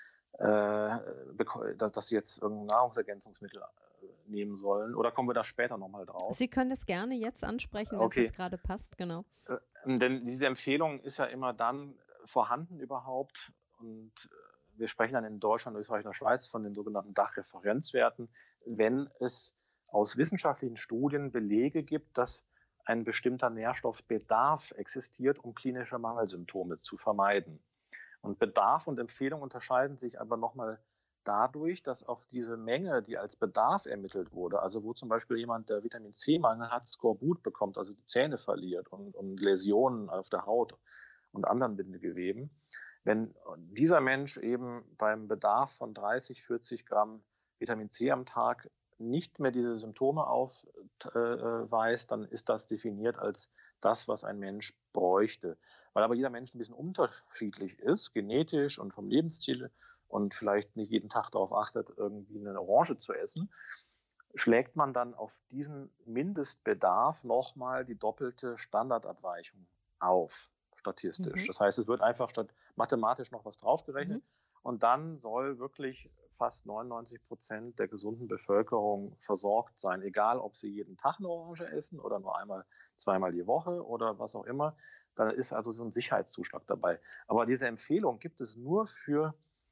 dass sie jetzt irgendein Nahrungsergänzungsmittel nehmen sollen. Oder kommen wir da später nochmal drauf? Sie können das gerne jetzt ansprechen, wenn es jetzt gerade passt, genau. Denn diese Empfehlung ist ja immer dann vorhanden überhaupt und wir sprechen dann in Deutschland, Österreich und der Schweiz von den sogenannten Dachreferenzwerten, wenn es aus wissenschaftlichen Studien Belege gibt, dass ein bestimmter Nährstoffbedarf existiert, um klinische Mangelsymptome zu vermeiden. Und Bedarf und Empfehlung unterscheiden sich aber nochmal dadurch, dass auf diese Menge, die als Bedarf ermittelt wurde, also wo zum Beispiel jemand, der Vitamin-C-Mangel hat, Skorbut bekommt, also die Zähne verliert und Läsionen auf der Haut und anderen Bindegeweben, wenn dieser Mensch eben beim Bedarf von 30, 40 Gramm Vitamin C am Tag nicht mehr diese Symptome aufweist, dann ist das definiert als das, was ein Mensch bräuchte. Weil aber jeder Mensch ein bisschen unterschiedlich ist, genetisch und vom Lebensstil und vielleicht nicht jeden Tag darauf achtet, irgendwie eine Orange zu essen, schlägt man dann auf diesen Mindestbedarf nochmal die doppelte Standardabweichung auf, statistisch. Das heißt, es wird einfach statt mathematisch noch was draufgerechnet und dann soll wirklich fast 99% der gesunden Bevölkerung versorgt sein, egal ob sie jeden Tag eine Orange essen oder nur einmal, zweimal die Woche oder was auch immer. Da ist also so ein Sicherheitszuschlag dabei. Aber diese Empfehlung gibt es nur für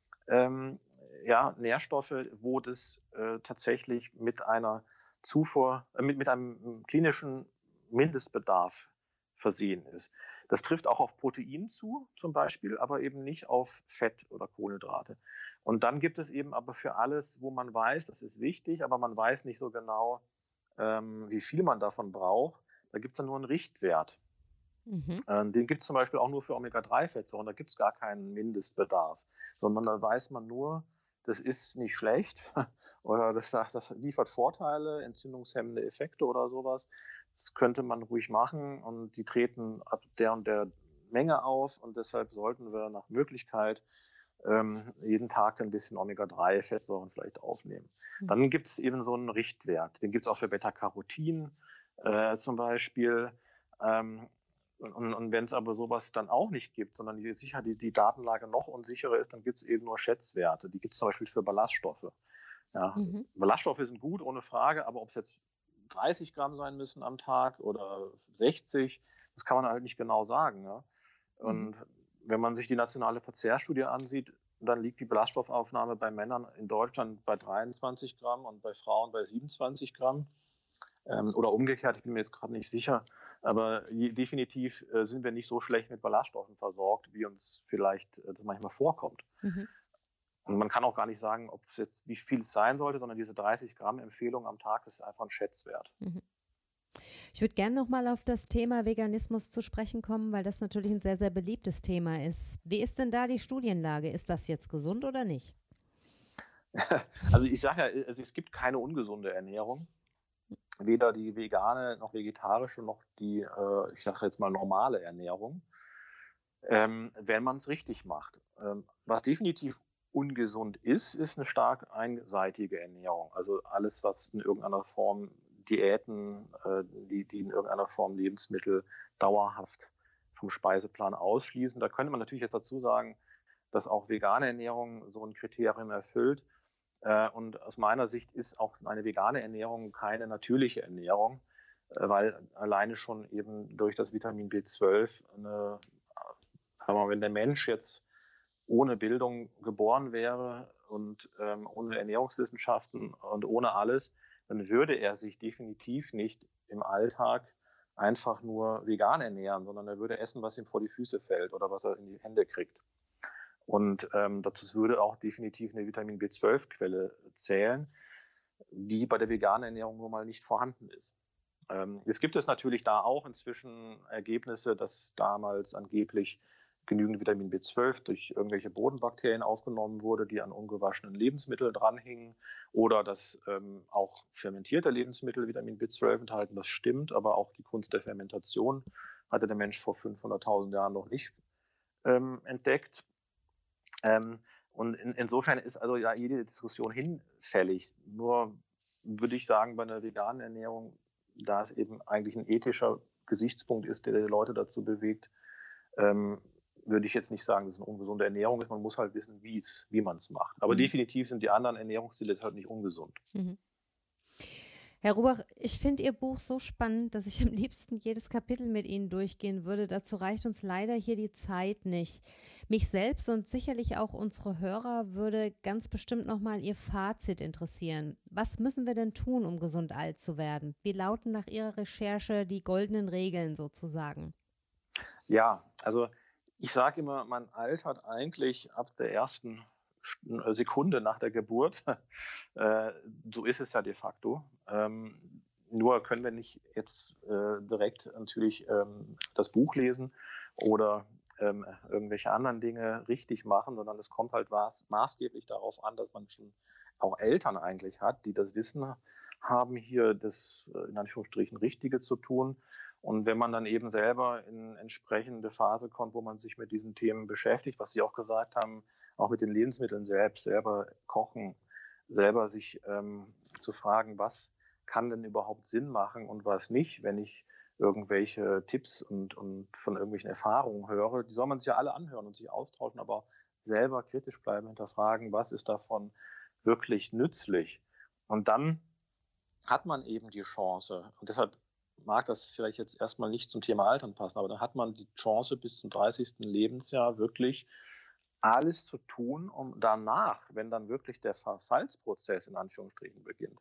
Nährstoffe, wo das tatsächlich mit einer Zufuhr, mit einem klinischen Mindestbedarf versehen ist. Das trifft auch auf Protein zu, zum Beispiel, aber eben nicht auf Fett oder Kohlenhydrate. Und dann gibt es eben aber für alles, wo man weiß, das ist wichtig, aber man weiß nicht so genau, wie viel man davon braucht, da gibt es dann nur einen Richtwert. Den gibt es zum Beispiel auch nur für Omega-3-Fettsäuren, da gibt es gar keinen Mindestbedarf, sondern da weiß man nur, das ist nicht schlecht oder das liefert Vorteile, entzündungshemmende Effekte oder sowas. Das könnte man ruhig machen und die treten ab der und der Menge auf und deshalb sollten wir nach Möglichkeit jeden Tag ein bisschen Omega-3-Fettsäuren vielleicht aufnehmen. Dann gibt es eben so einen Richtwert, den gibt es auch für Beta-Carotin zum Beispiel. Und wenn es aber sowas dann auch nicht gibt, sondern die Datenlage noch unsicherer ist, dann gibt es eben nur Schätzwerte. Die gibt es zum Beispiel für Ballaststoffe. Ja, Ballaststoffe sind gut, ohne Frage, aber ob es jetzt 30 Gramm sein müssen am Tag oder 60, das kann man halt nicht genau sagen. Ja? Und wenn man sich die nationale Verzehrstudie ansieht, dann liegt die Ballaststoffaufnahme bei Männern in Deutschland bei 23 Gramm und bei Frauen bei 27 Gramm. Oder umgekehrt, ich bin mir jetzt gerade nicht sicher. Aber definitiv sind wir nicht so schlecht mit Ballaststoffen versorgt, wie uns vielleicht das manchmal vorkommt. Und man kann auch gar nicht sagen, ob es jetzt wie viel es sein sollte, sondern diese 30 Gramm Empfehlung am Tag ist einfach ein Schätzwert. Ich würde gerne nochmal auf das Thema Veganismus zu sprechen kommen, weil das natürlich ein sehr, sehr beliebtes Thema ist. Wie ist denn da die Studienlage? Ist das jetzt gesund oder nicht? Also ich sage ja, es gibt keine ungesunde Ernährung. Weder die vegane noch vegetarische noch die, ich sage jetzt mal, normale Ernährung, wenn man es richtig macht. Was definitiv ungesund ist eine stark einseitige Ernährung. Also alles, was in irgendeiner Form Diäten, die in irgendeiner Form Lebensmittel dauerhaft vom Speiseplan ausschließen. Da könnte man natürlich jetzt dazu sagen, dass auch vegane Ernährung so ein Kriterium erfüllt. Und aus meiner Sicht ist auch eine vegane Ernährung keine natürliche Ernährung, weil alleine schon eben durch das Vitamin B12, wenn der Mensch jetzt ohne Bildung geboren wäre und ohne Ernährungswissenschaften und ohne alles, dann würde er sich definitiv nicht im Alltag einfach nur vegan ernähren, sondern er würde essen, was ihm vor die Füße fällt oder was er in die Hände kriegt. Und dazu würde auch definitiv eine Vitamin B12-Quelle zählen, die bei der veganen Ernährung nun mal nicht vorhanden ist. Jetzt gibt es natürlich da auch inzwischen Ergebnisse, dass damals angeblich genügend Vitamin B12 durch irgendwelche Bodenbakterien aufgenommen wurde, die an ungewaschenen Lebensmitteln dranhingen, oder dass auch fermentierte Lebensmittel Vitamin B12 enthalten. Das stimmt, aber auch die Kunst der Fermentation hatte der Mensch vor 500.000 Jahren noch nicht entdeckt. Und insofern ist also ja jede Diskussion hinfällig. Nur würde ich sagen, bei einer veganen Ernährung, da es eben eigentlich ein ethischer Gesichtspunkt ist, der die Leute dazu bewegt, würde ich jetzt nicht sagen, dass es eine ungesunde Ernährung ist. Man muss halt wissen, wie man es macht. Aber definitiv sind die anderen Ernährungsstile halt nicht ungesund. Mhm. Herr Rubach, ich finde Ihr Buch so spannend, dass ich am liebsten jedes Kapitel mit Ihnen durchgehen würde. Dazu reicht uns leider hier die Zeit nicht. Mich selbst und sicherlich auch unsere Hörer würde ganz bestimmt nochmal Ihr Fazit interessieren. Was müssen wir denn tun, um gesund alt zu werden? Wie lauten nach Ihrer Recherche die goldenen Regeln sozusagen? Ja, also ich sage immer, man altert eigentlich ab der ersten Sekunde nach der Geburt. So ist es ja de facto. Nur können wir nicht jetzt direkt natürlich das Buch lesen oder irgendwelche anderen Dinge richtig machen, sondern es kommt halt maßgeblich darauf an, dass man schon auch Eltern eigentlich hat, die das Wissen haben, hier das in Anführungsstrichen Richtige zu tun. Und wenn man dann eben selber in entsprechende Phase kommt, wo man sich mit diesen Themen beschäftigt, was Sie auch gesagt haben, auch mit den Lebensmitteln selbst, selber kochen, selber sich zu fragen, was kann denn überhaupt Sinn machen und was nicht, wenn ich irgendwelche Tipps und von irgendwelchen Erfahrungen höre. Die soll man sich ja alle anhören und sich austauschen, aber selber kritisch bleiben, hinterfragen, was ist davon wirklich nützlich. Und dann hat man eben die Chance, und deshalb mag das vielleicht jetzt erstmal nicht zum Thema Altern passen, aber dann hat man die Chance, bis zum 30. Lebensjahr wirklich alles zu tun, um danach, wenn dann wirklich der Verfallsprozess in Anführungsstrichen beginnt,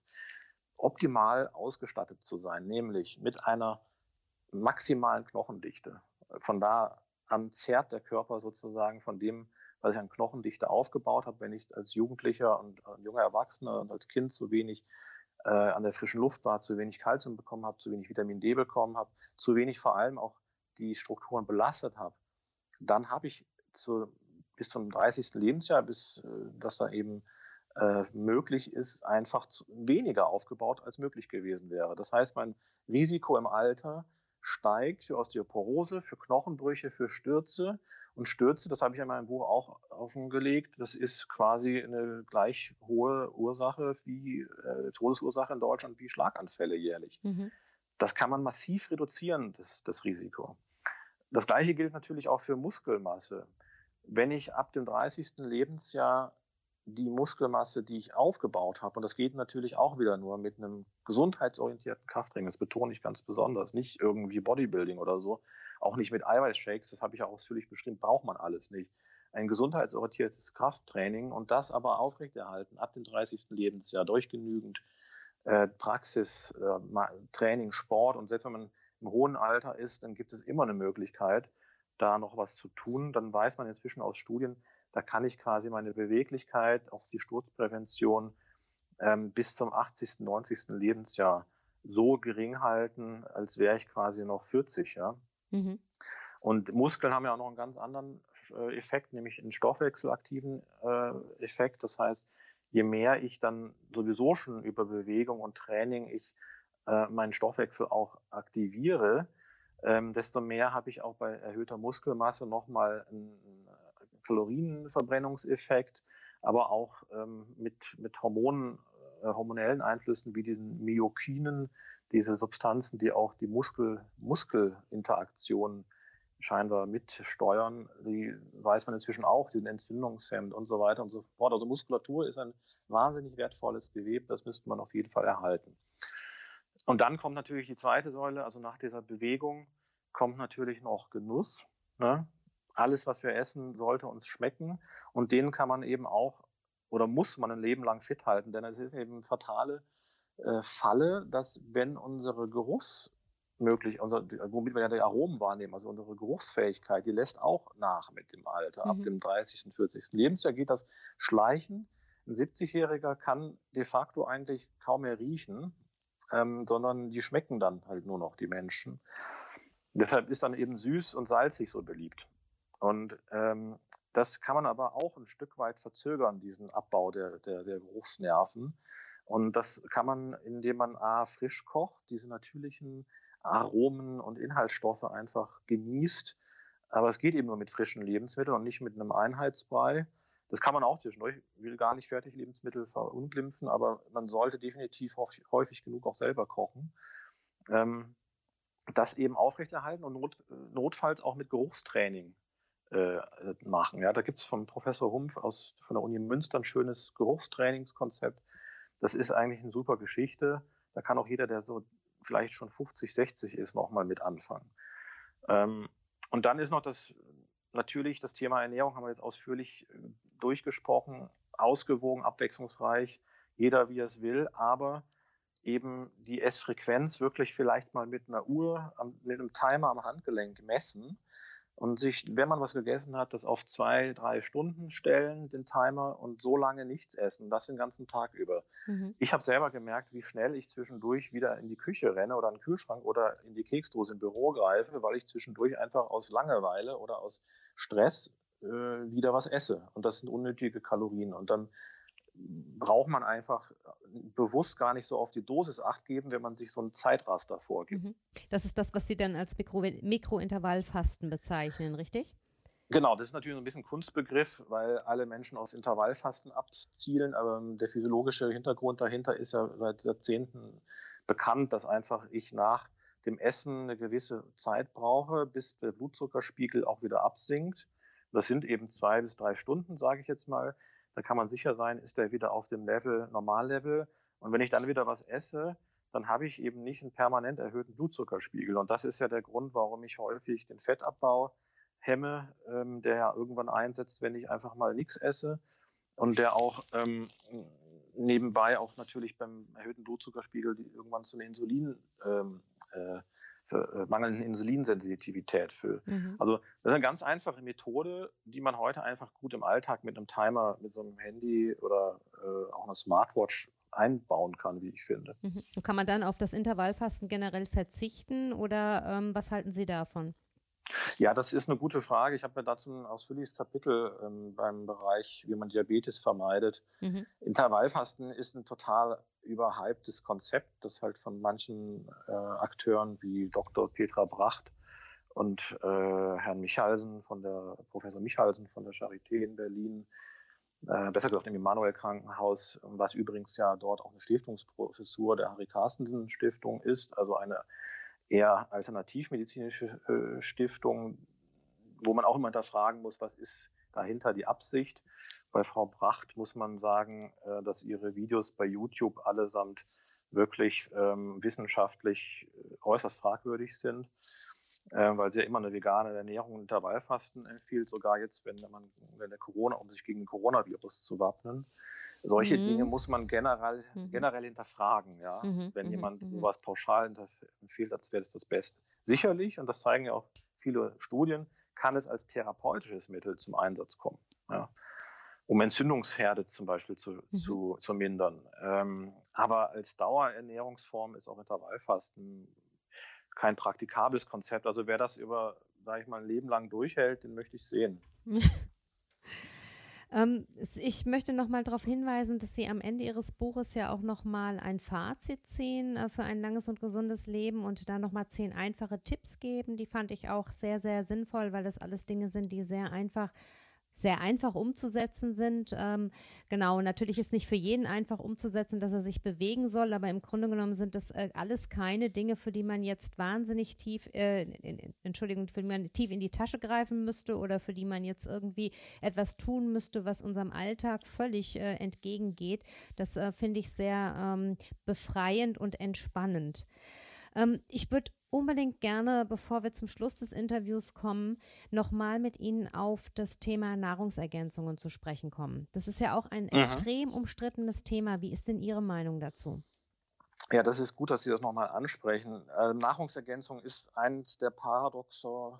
optimal ausgestattet zu sein, nämlich mit einer maximalen Knochendichte. Von da an zehrt der Körper sozusagen von dem, was ich an Knochendichte aufgebaut habe, wenn ich als Jugendlicher und junger Erwachsener und als Kind zu wenig an der frischen Luft war, zu wenig Kalzium bekommen habe, zu wenig Vitamin D bekommen habe, zu wenig vor allem auch die Strukturen belastet habe. Dann habe ich bis zum 30. Lebensjahr, bis das dann eben möglich ist, einfach weniger aufgebaut, als möglich gewesen wäre. Das heißt, mein Risiko im Alter steigt für Osteoporose, für Knochenbrüche, für Stürze. Und Stürze, das habe ich in meinem Buch auch offengelegt, das ist quasi eine gleich hohe Ursache wie Todesursache in Deutschland wie Schlaganfälle jährlich. Mhm. Das kann man massiv reduzieren, das Risiko. Das Gleiche gilt natürlich auch für Muskelmasse. Wenn ich ab dem 30. Lebensjahr die Muskelmasse, die ich aufgebaut habe, und das geht natürlich auch wieder nur mit einem gesundheitsorientierten Krafttraining, das betone ich ganz besonders, nicht irgendwie Bodybuilding oder so, auch nicht mit Eiweißshakes, das habe ich ja ausführlich beschrieben, braucht man alles nicht. Ein gesundheitsorientiertes Krafttraining und das aber aufrechterhalten ab dem 30. Lebensjahr durch genügend Praxis, Training, Sport, und selbst wenn man im hohen Alter ist, dann gibt es immer eine Möglichkeit, da noch was zu tun. Dann weiß man inzwischen aus Studien, da kann ich quasi meine Beweglichkeit, auch die Sturzprävention bis zum 80., 90. Lebensjahr so gering halten, als wäre ich quasi noch 40. Ja? Mhm. Und Muskeln haben ja auch noch einen ganz anderen Effekt, nämlich einen stoffwechselaktiven Effekt. Das heißt, je mehr ich dann sowieso schon über Bewegung und Training meinen Stoffwechsel auch aktiviere, desto mehr habe ich auch bei erhöhter Muskelmasse nochmal einen Kalorienverbrennungseffekt, aber auch mit hormonellen Einflüssen wie diesen Myokinen, diese Substanzen, die auch die Muskelinteraktion scheinbar mitsteuern, die weiß man inzwischen auch, diesen Entzündungshemd und so weiter und so fort. Also Muskulatur ist ein wahnsinnig wertvolles Gewebe, das müsste man auf jeden Fall erhalten. Und dann kommt natürlich die zweite Säule, also nach dieser Bewegung kommt natürlich noch Genuss. Ne? Alles, was wir essen, sollte uns schmecken, und den kann man eben auch oder muss man ein Leben lang fit halten, denn es ist eben eine fatale Falle, dass wenn unsere womit wir ja die Aromen wahrnehmen, also unsere Geruchsfähigkeit, die lässt auch nach mit dem Alter. Ab dem 30., 40. Lebensjahr geht das schleichend. Ein 70-Jähriger kann de facto eigentlich kaum mehr riechen, sondern die schmecken dann halt nur noch, die Menschen. Deshalb ist dann eben süß und salzig so beliebt. Und das kann man aber auch ein Stück weit verzögern, diesen Abbau der Geruchsnerven. Und das kann man, indem man frisch kocht, diese natürlichen Aromen und Inhaltsstoffe einfach genießt. Aber es geht eben nur mit frischen Lebensmitteln und nicht mit einem Einheitsbrei. Das kann man auch zwischendurch. Ich will gar nicht Fertiglebensmittel verunglimpfen, aber man sollte definitiv häufig genug auch selber kochen. Das eben aufrechterhalten und notfalls auch mit Geruchstraining machen. Ja, da gibt es von Professor Humpf von der Uni Münster ein schönes Geruchstrainingskonzept. Das ist eigentlich eine super Geschichte. Da kann auch jeder, der so vielleicht schon 50, 60 ist, nochmal mit anfangen. Und dann ist noch natürlich das Thema Ernährung, haben wir jetzt ausführlich durchgesprochen, ausgewogen, abwechslungsreich, jeder wie er es will, aber eben die Essfrequenz wirklich vielleicht mal mit einer Uhr, mit einem Timer am Handgelenk messen und sich, wenn man was gegessen hat, das auf 2-3 Stunden stellen, den Timer, und so lange nichts essen, das den ganzen Tag über. Ich habe selber gemerkt, wie schnell ich zwischendurch wieder in die Küche renne oder in den Kühlschrank oder in die Keksdose im Büro greife, weil ich zwischendurch einfach aus Langeweile oder aus Stress wieder was esse. Und das sind unnötige Kalorien. Und dann braucht man einfach bewusst gar nicht so auf die Dosis Acht geben, wenn man sich so ein Zeitraster vorgibt. Das ist das, was Sie dann als Mikrointervallfasten bezeichnen, richtig? Genau, das ist natürlich so ein bisschen Kunstbegriff, weil alle Menschen aus Intervallfasten abzielen, aber der physiologische Hintergrund dahinter ist ja seit Jahrzehnten bekannt, dass einfach ich nach dem Essen eine gewisse Zeit brauche, bis der Blutzuckerspiegel auch wieder absinkt. Das sind eben 2 bis 3 Stunden, sage ich jetzt mal. Da kann man sicher sein, ist der wieder auf dem Normallevel. Und wenn ich dann wieder was esse, dann habe ich eben nicht einen permanent erhöhten Blutzuckerspiegel. Und das ist ja der Grund, warum ich häufig den Fettabbau hemme, der ja irgendwann einsetzt, wenn ich einfach mal nichts esse. Und der auch nebenbei auch natürlich beim erhöhten Blutzuckerspiegel irgendwann zu einer mangelnden Insulinsensitivität führt. Also das ist eine ganz einfache Methode, die man heute einfach gut im Alltag mit einem Timer, mit so einem Handy oder auch einer Smartwatch einbauen kann, wie ich finde. Kann man dann auf das Intervallfasten generell verzichten oder was halten Sie davon? Ja, das ist eine gute Frage. Ich habe mir dazu ein ausführliches Kapitel beim Bereich, wie man Diabetes vermeidet. Intervallfasten ist ein total überhyptes Konzept, das halt von manchen Akteuren wie Dr. Petra Bracht und Professor Michalsen von der Charité in Berlin, besser gesagt im Immanuel-Krankenhaus, was übrigens ja dort auch eine Stiftungsprofessur der Harry-Carstensen-Stiftung ist, also eine eher alternativmedizinische Stiftung, wo man auch immer hinterfragen muss, was ist dahinter die Absicht. Bei Frau Bracht muss man sagen, dass ihre Videos bei YouTube allesamt wirklich wissenschaftlich äußerst fragwürdig sind, weil sie ja immer eine vegane Ernährung und Intervallfasten empfiehlt, sogar jetzt, wenn der Corona, um sich gegen den Coronavirus zu wappnen. Solche Dinge muss man generell hinterfragen, ja. Wenn jemand sowas pauschal empfiehlt, als wäre das Beste. Sicherlich, und das zeigen ja auch viele Studien, kann es als therapeutisches Mittel zum Einsatz kommen, ja, um Entzündungsherde zum Beispiel zu mindern. Aber als Dauerernährungsform ist auch Intervallfasten kein praktikables Konzept. Also wer das über, sage ich mal, ein Leben lang durchhält, den möchte ich sehen. Ich möchte noch mal darauf hinweisen, dass Sie am Ende Ihres Buches ja auch noch mal ein Fazit ziehen für ein langes und gesundes Leben und da noch mal 10 einfache Tipps geben. Die fand ich auch sehr, sehr sinnvoll, weil das alles Dinge sind, die sehr einfach umzusetzen sind. Genau, natürlich ist nicht für jeden einfach umzusetzen, dass er sich bewegen soll, aber im Grunde genommen sind das alles keine Dinge, für die man jetzt wahnsinnig tief, für die man tief in die Tasche greifen müsste oder für die man jetzt irgendwie etwas tun müsste, was unserem Alltag völlig entgegengeht. Das finde ich sehr befreiend und entspannend. Ich würde unbedingt gerne, bevor wir zum Schluss des Interviews kommen, nochmal mit Ihnen auf das Thema Nahrungsergänzungen zu sprechen kommen. Das ist ja auch ein extrem umstrittenes Thema. Wie ist denn Ihre Meinung dazu? Ja, das ist gut, dass Sie das nochmal ansprechen. Nahrungsergänzung ist eines der Paradoxe,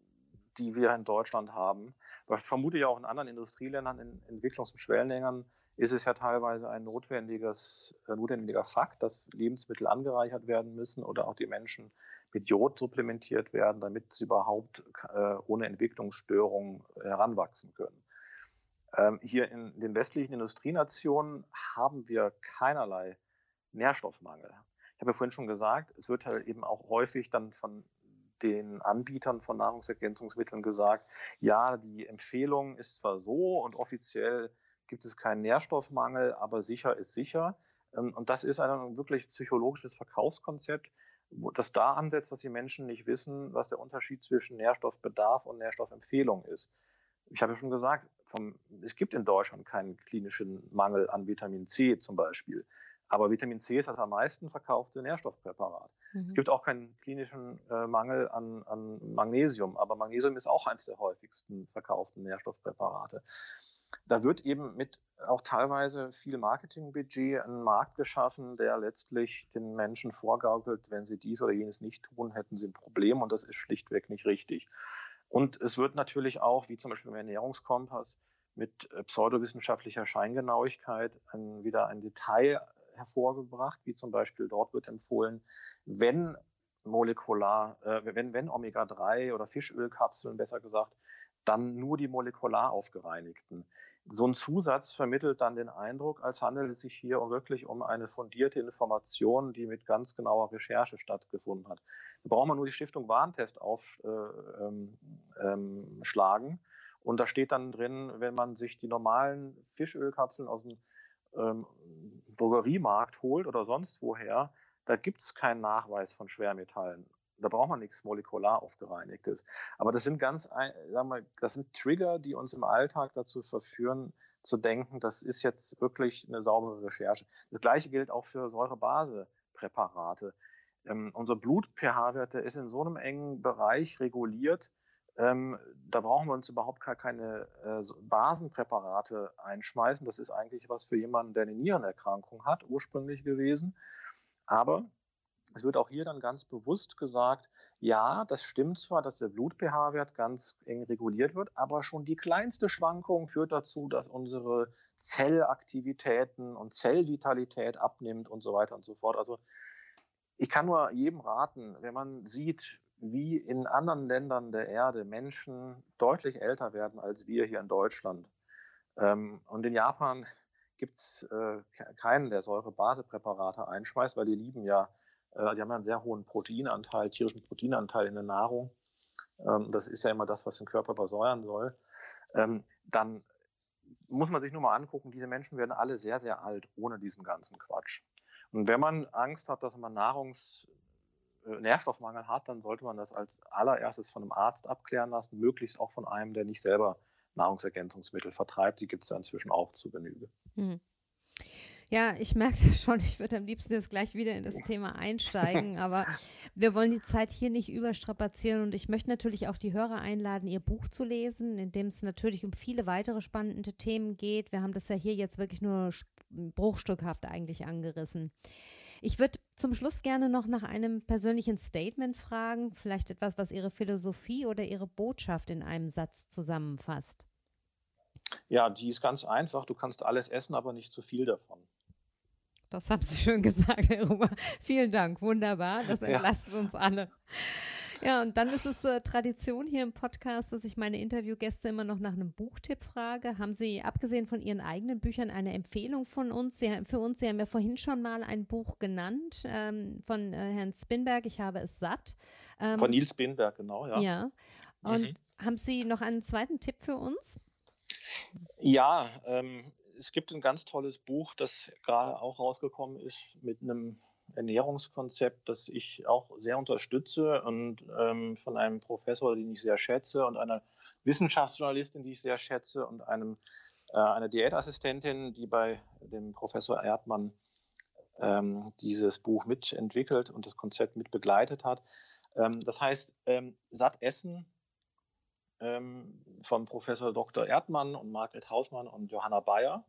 die wir in Deutschland haben. Aber ich vermute ja auch in anderen Industrieländern, in Entwicklungs- und Schwellenländern ist es ja teilweise ein notwendiger Fakt, dass Lebensmittel angereichert werden müssen oder auch die Menschen mit Jod supplementiert werden, damit sie überhaupt ohne Entwicklungsstörungen heranwachsen können. Hier in den westlichen Industrienationen haben wir keinerlei Nährstoffmangel. Ich habe ja vorhin schon gesagt, es wird halt eben auch häufig dann von den Anbietern von Nahrungsergänzungsmitteln gesagt, ja, die Empfehlung ist zwar so und offiziell gibt es keinen Nährstoffmangel, aber sicher ist sicher. Und das ist ein wirklich psychologisches Verkaufskonzept, das da ansetzt, dass die Menschen nicht wissen, was der Unterschied zwischen Nährstoffbedarf und Nährstoffempfehlung ist. Ich habe ja schon gesagt, es gibt in Deutschland keinen klinischen Mangel an Vitamin C zum Beispiel. Aber Vitamin C ist das am meisten verkaufte Nährstoffpräparat. Es gibt auch keinen klinischen Mangel an Magnesium, aber Magnesium ist auch eines der häufigsten verkauften Nährstoffpräparate. Da wird eben mit auch teilweise viel Marketingbudget ein Markt geschaffen, der letztlich den Menschen vorgaukelt, wenn sie dies oder jenes nicht tun, hätten sie ein Problem, und das ist schlichtweg nicht richtig. Und es wird natürlich auch, wie zum Beispiel im Ernährungskompass, mit pseudowissenschaftlicher Scheingenauigkeit wieder ein Detail hervorgebracht, wie zum Beispiel dort wird empfohlen, wenn Omega-3 oder Fischölkapseln, besser gesagt, dann nur die molekular aufgereinigten. So ein Zusatz vermittelt dann den Eindruck, als handelt es sich hier wirklich um eine fundierte Information, die mit ganz genauer Recherche stattgefunden hat. Da braucht man nur die Stiftung Warentest aufschlagen und da steht dann drin, wenn man sich die normalen Fischölkapseln aus dem Drogeriemarkt holt oder sonst woher, da gibt es keinen Nachweis von Schwermetallen. Da braucht man nichts molekular aufgereinigtes. Aber das sind das sind Trigger, die uns im Alltag dazu verführen, zu denken, das ist jetzt wirklich eine saubere Recherche. Das Gleiche gilt auch für Säure-Base-Präparate. Unser Blut-pH-Wert, der ist in so einem engen Bereich reguliert, da brauchen wir uns überhaupt gar keine Basenpräparate einschmeißen. Das ist eigentlich was für jemanden, der eine Nierenerkrankung hat, ursprünglich gewesen. Aber es wird auch hier dann ganz bewusst gesagt, ja, das stimmt zwar, dass der Blut-pH-Wert ganz eng reguliert wird, aber schon die kleinste Schwankung führt dazu, dass unsere Zellaktivitäten und Zellvitalität abnimmt und so weiter und so fort. Also ich kann nur jedem raten, wenn man sieht, wie in anderen Ländern der Erde Menschen deutlich älter werden als wir hier in Deutschland. Und in Japan gibt es keinen, der Säure-Base-Präparate einschmeißt, weil die haben ja einen sehr hohen Proteinanteil, tierischen Proteinanteil in der Nahrung. Das ist ja immer das, was den Körper versäuern soll. Dann muss man sich nur mal angucken, diese Menschen werden alle sehr, sehr alt ohne diesen ganzen Quatsch. Und wenn man Angst hat, dass man Nährstoffmangel hat, dann sollte man das als allererstes von einem Arzt abklären lassen, möglichst auch von einem, der nicht selber Nahrungsergänzungsmittel vertreibt. Die gibt es ja inzwischen auch zu Genüge. Ja, ich merke es schon, ich würde am liebsten jetzt gleich wieder in das Thema einsteigen, aber wir wollen die Zeit hier nicht überstrapazieren und ich möchte natürlich auch die Hörer einladen, ihr Buch zu lesen, in dem es natürlich um viele weitere spannende Themen geht. Wir haben das ja hier jetzt wirklich nur bruchstückhaft eigentlich angerissen. Ich würde zum Schluss gerne noch nach einem persönlichen Statement fragen, vielleicht etwas, was Ihre Philosophie oder Ihre Botschaft in einem Satz zusammenfasst. Ja, die ist ganz einfach. Du kannst alles essen, aber nicht zu viel davon. Das haben Sie schön gesagt, Herr Ruber. Vielen Dank, wunderbar. Das entlastet uns alle. Ja, und dann ist es Tradition hier im Podcast, dass ich meine Interviewgäste immer noch nach einem Buchtipp frage. Haben Sie, abgesehen von Ihren eigenen Büchern, eine Empfehlung von uns? Sie haben ja vorhin schon mal ein Buch genannt von Herrn Spinberg, Ich habe es satt. Von Nils Spinberg, genau, ja. Ja, und haben Sie noch einen zweiten Tipp für uns? Ja, es gibt ein ganz tolles Buch, das gerade auch rausgekommen ist mit einem Ernährungskonzept, das ich auch sehr unterstütze und von einem Professor, den ich sehr schätze und einer Wissenschaftsjournalistin, die ich sehr schätze und einer Diätassistentin, die bei dem Professor Erdmann dieses Buch mitentwickelt und das Konzept mit begleitet hat. Das heißt, Satt essen von Professor Dr. Erdmann und Margret Hausmann und Johanna Bayer.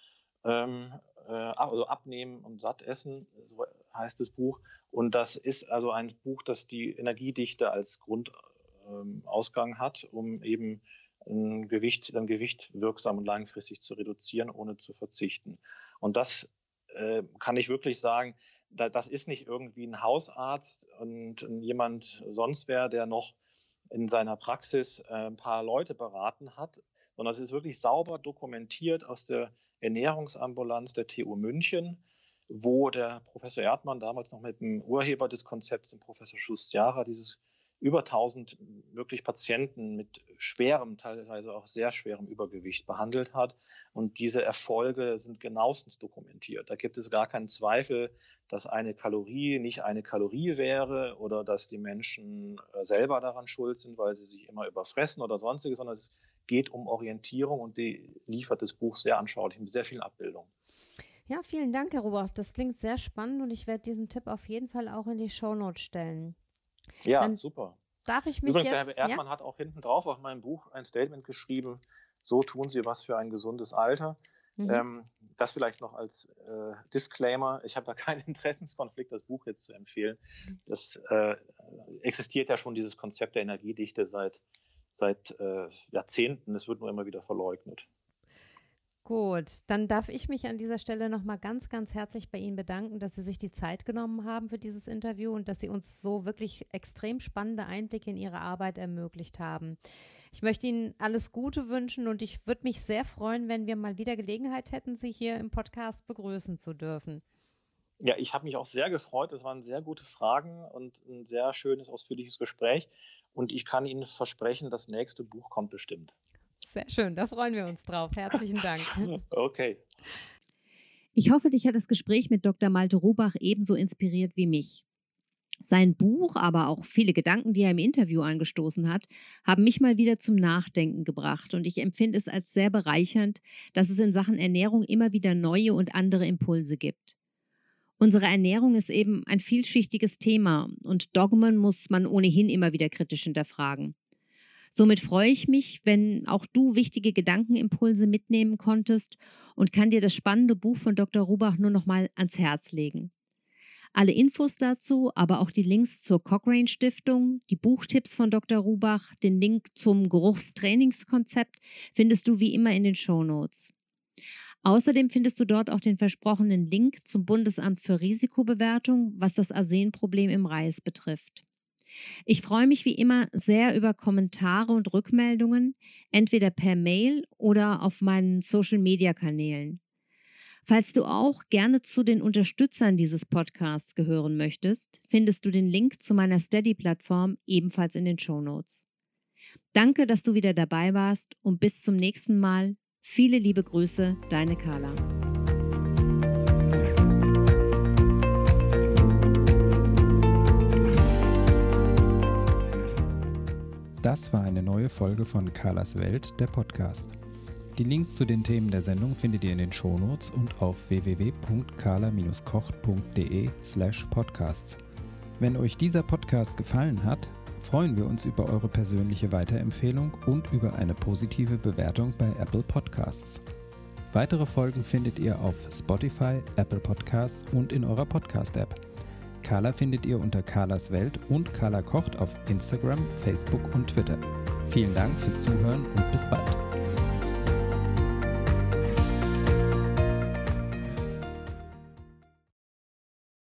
Also Abnehmen und Satt essen, so heißt das Buch. Und das ist also ein Buch, das die Energiedichte als Grundausgang hat, um eben ein Gewicht wirksam und langfristig zu reduzieren, ohne zu verzichten. Und das kann ich wirklich sagen, das ist nicht irgendwie ein Hausarzt und jemand sonst wer, der noch in seiner Praxis ein paar Leute beraten hat, sondern es ist wirklich sauber dokumentiert aus der Ernährungsambulanz der TU München, wo der Professor Erdmann damals noch mit dem Urheber des Konzepts, dem Professor Schuss-Jara, dieses über 1000 wirklich Patienten mit schwerem, teilweise auch sehr schwerem Übergewicht behandelt hat. Und diese Erfolge sind genauestens dokumentiert. Da gibt es gar keinen Zweifel, dass eine Kalorie nicht eine Kalorie wäre oder dass die Menschen selber daran schuld sind, weil sie sich immer überfressen oder sonstiges, sondern es geht um Orientierung und die liefert das Buch sehr anschaulich mit sehr vielen Abbildungen. Ja, vielen Dank, Herr Rubach. Das klingt sehr spannend und ich werde diesen Tipp auf jeden Fall auch in die Shownotes stellen. Ja, Dann super. Darf ich mich Übrigens, jetzt... der Herr Erdmann hat auch hinten drauf auf meinem Buch ein Statement geschrieben, so tun Sie was für ein gesundes Alter. Das vielleicht noch als Disclaimer. Ich habe da keinen Interessenskonflikt, das Buch jetzt zu empfehlen. Das existiert ja schon, dieses Konzept der Energiedichte seit Jahrzehnten. Es wird nur immer wieder verleugnet. Gut, dann darf ich mich an dieser Stelle nochmal ganz, ganz herzlich bei Ihnen bedanken, dass Sie sich die Zeit genommen haben für dieses Interview und dass Sie uns so wirklich extrem spannende Einblicke in Ihre Arbeit ermöglicht haben. Ich möchte Ihnen alles Gute wünschen und ich würde mich sehr freuen, wenn wir mal wieder Gelegenheit hätten, Sie hier im Podcast begrüßen zu dürfen. Ja, ich habe mich auch sehr gefreut. Das waren sehr gute Fragen und ein sehr schönes, ausführliches Gespräch. Und ich kann Ihnen versprechen, das nächste Buch kommt bestimmt. Sehr schön, da freuen wir uns drauf. Herzlichen Dank. Okay. Ich hoffe, dich hat das Gespräch mit Dr. Malte Rubach ebenso inspiriert wie mich. Sein Buch, aber auch viele Gedanken, die er im Interview angestoßen hat, haben mich mal wieder zum Nachdenken gebracht. Und ich empfinde es als sehr bereichernd, dass es in Sachen Ernährung immer wieder neue und andere Impulse gibt. Unsere Ernährung ist eben ein vielschichtiges Thema und Dogmen muss man ohnehin immer wieder kritisch hinterfragen. Somit freue ich mich, wenn auch du wichtige Gedankenimpulse mitnehmen konntest und kann dir das spannende Buch von Dr. Rubach nur noch mal ans Herz legen. Alle Infos dazu, aber auch die Links zur Cochrane Stiftung, die Buchtipps von Dr. Rubach, den Link zum Geruchstrainingskonzept findest du wie immer in den Shownotes. Außerdem findest du dort auch den versprochenen Link zum Bundesamt für Risikobewertung, was das Arsenproblem im Reis betrifft. Ich freue mich wie immer sehr über Kommentare und Rückmeldungen, entweder per Mail oder auf meinen Social-Media-Kanälen. Falls du auch gerne zu den Unterstützern dieses Podcasts gehören möchtest, findest du den Link zu meiner Steady-Plattform ebenfalls in den Shownotes. Danke, dass du wieder dabei warst und bis zum nächsten Mal. Viele liebe Grüße, deine Carla. Das war eine neue Folge von Carlas Welt, der Podcast. Die Links zu den Themen der Sendung findet ihr in den Shownotes und auf www.carla-kocht.de/podcasts. Wenn euch dieser Podcast gefallen hat, freuen wir uns über eure persönliche Weiterempfehlung und über eine positive Bewertung bei Apple Podcasts. Weitere Folgen findet ihr auf Spotify, Apple Podcasts und in eurer Podcast-App. Carla findet ihr unter Carlas Welt und Carla kocht auf Instagram, Facebook und Twitter. Vielen Dank fürs Zuhören und bis bald.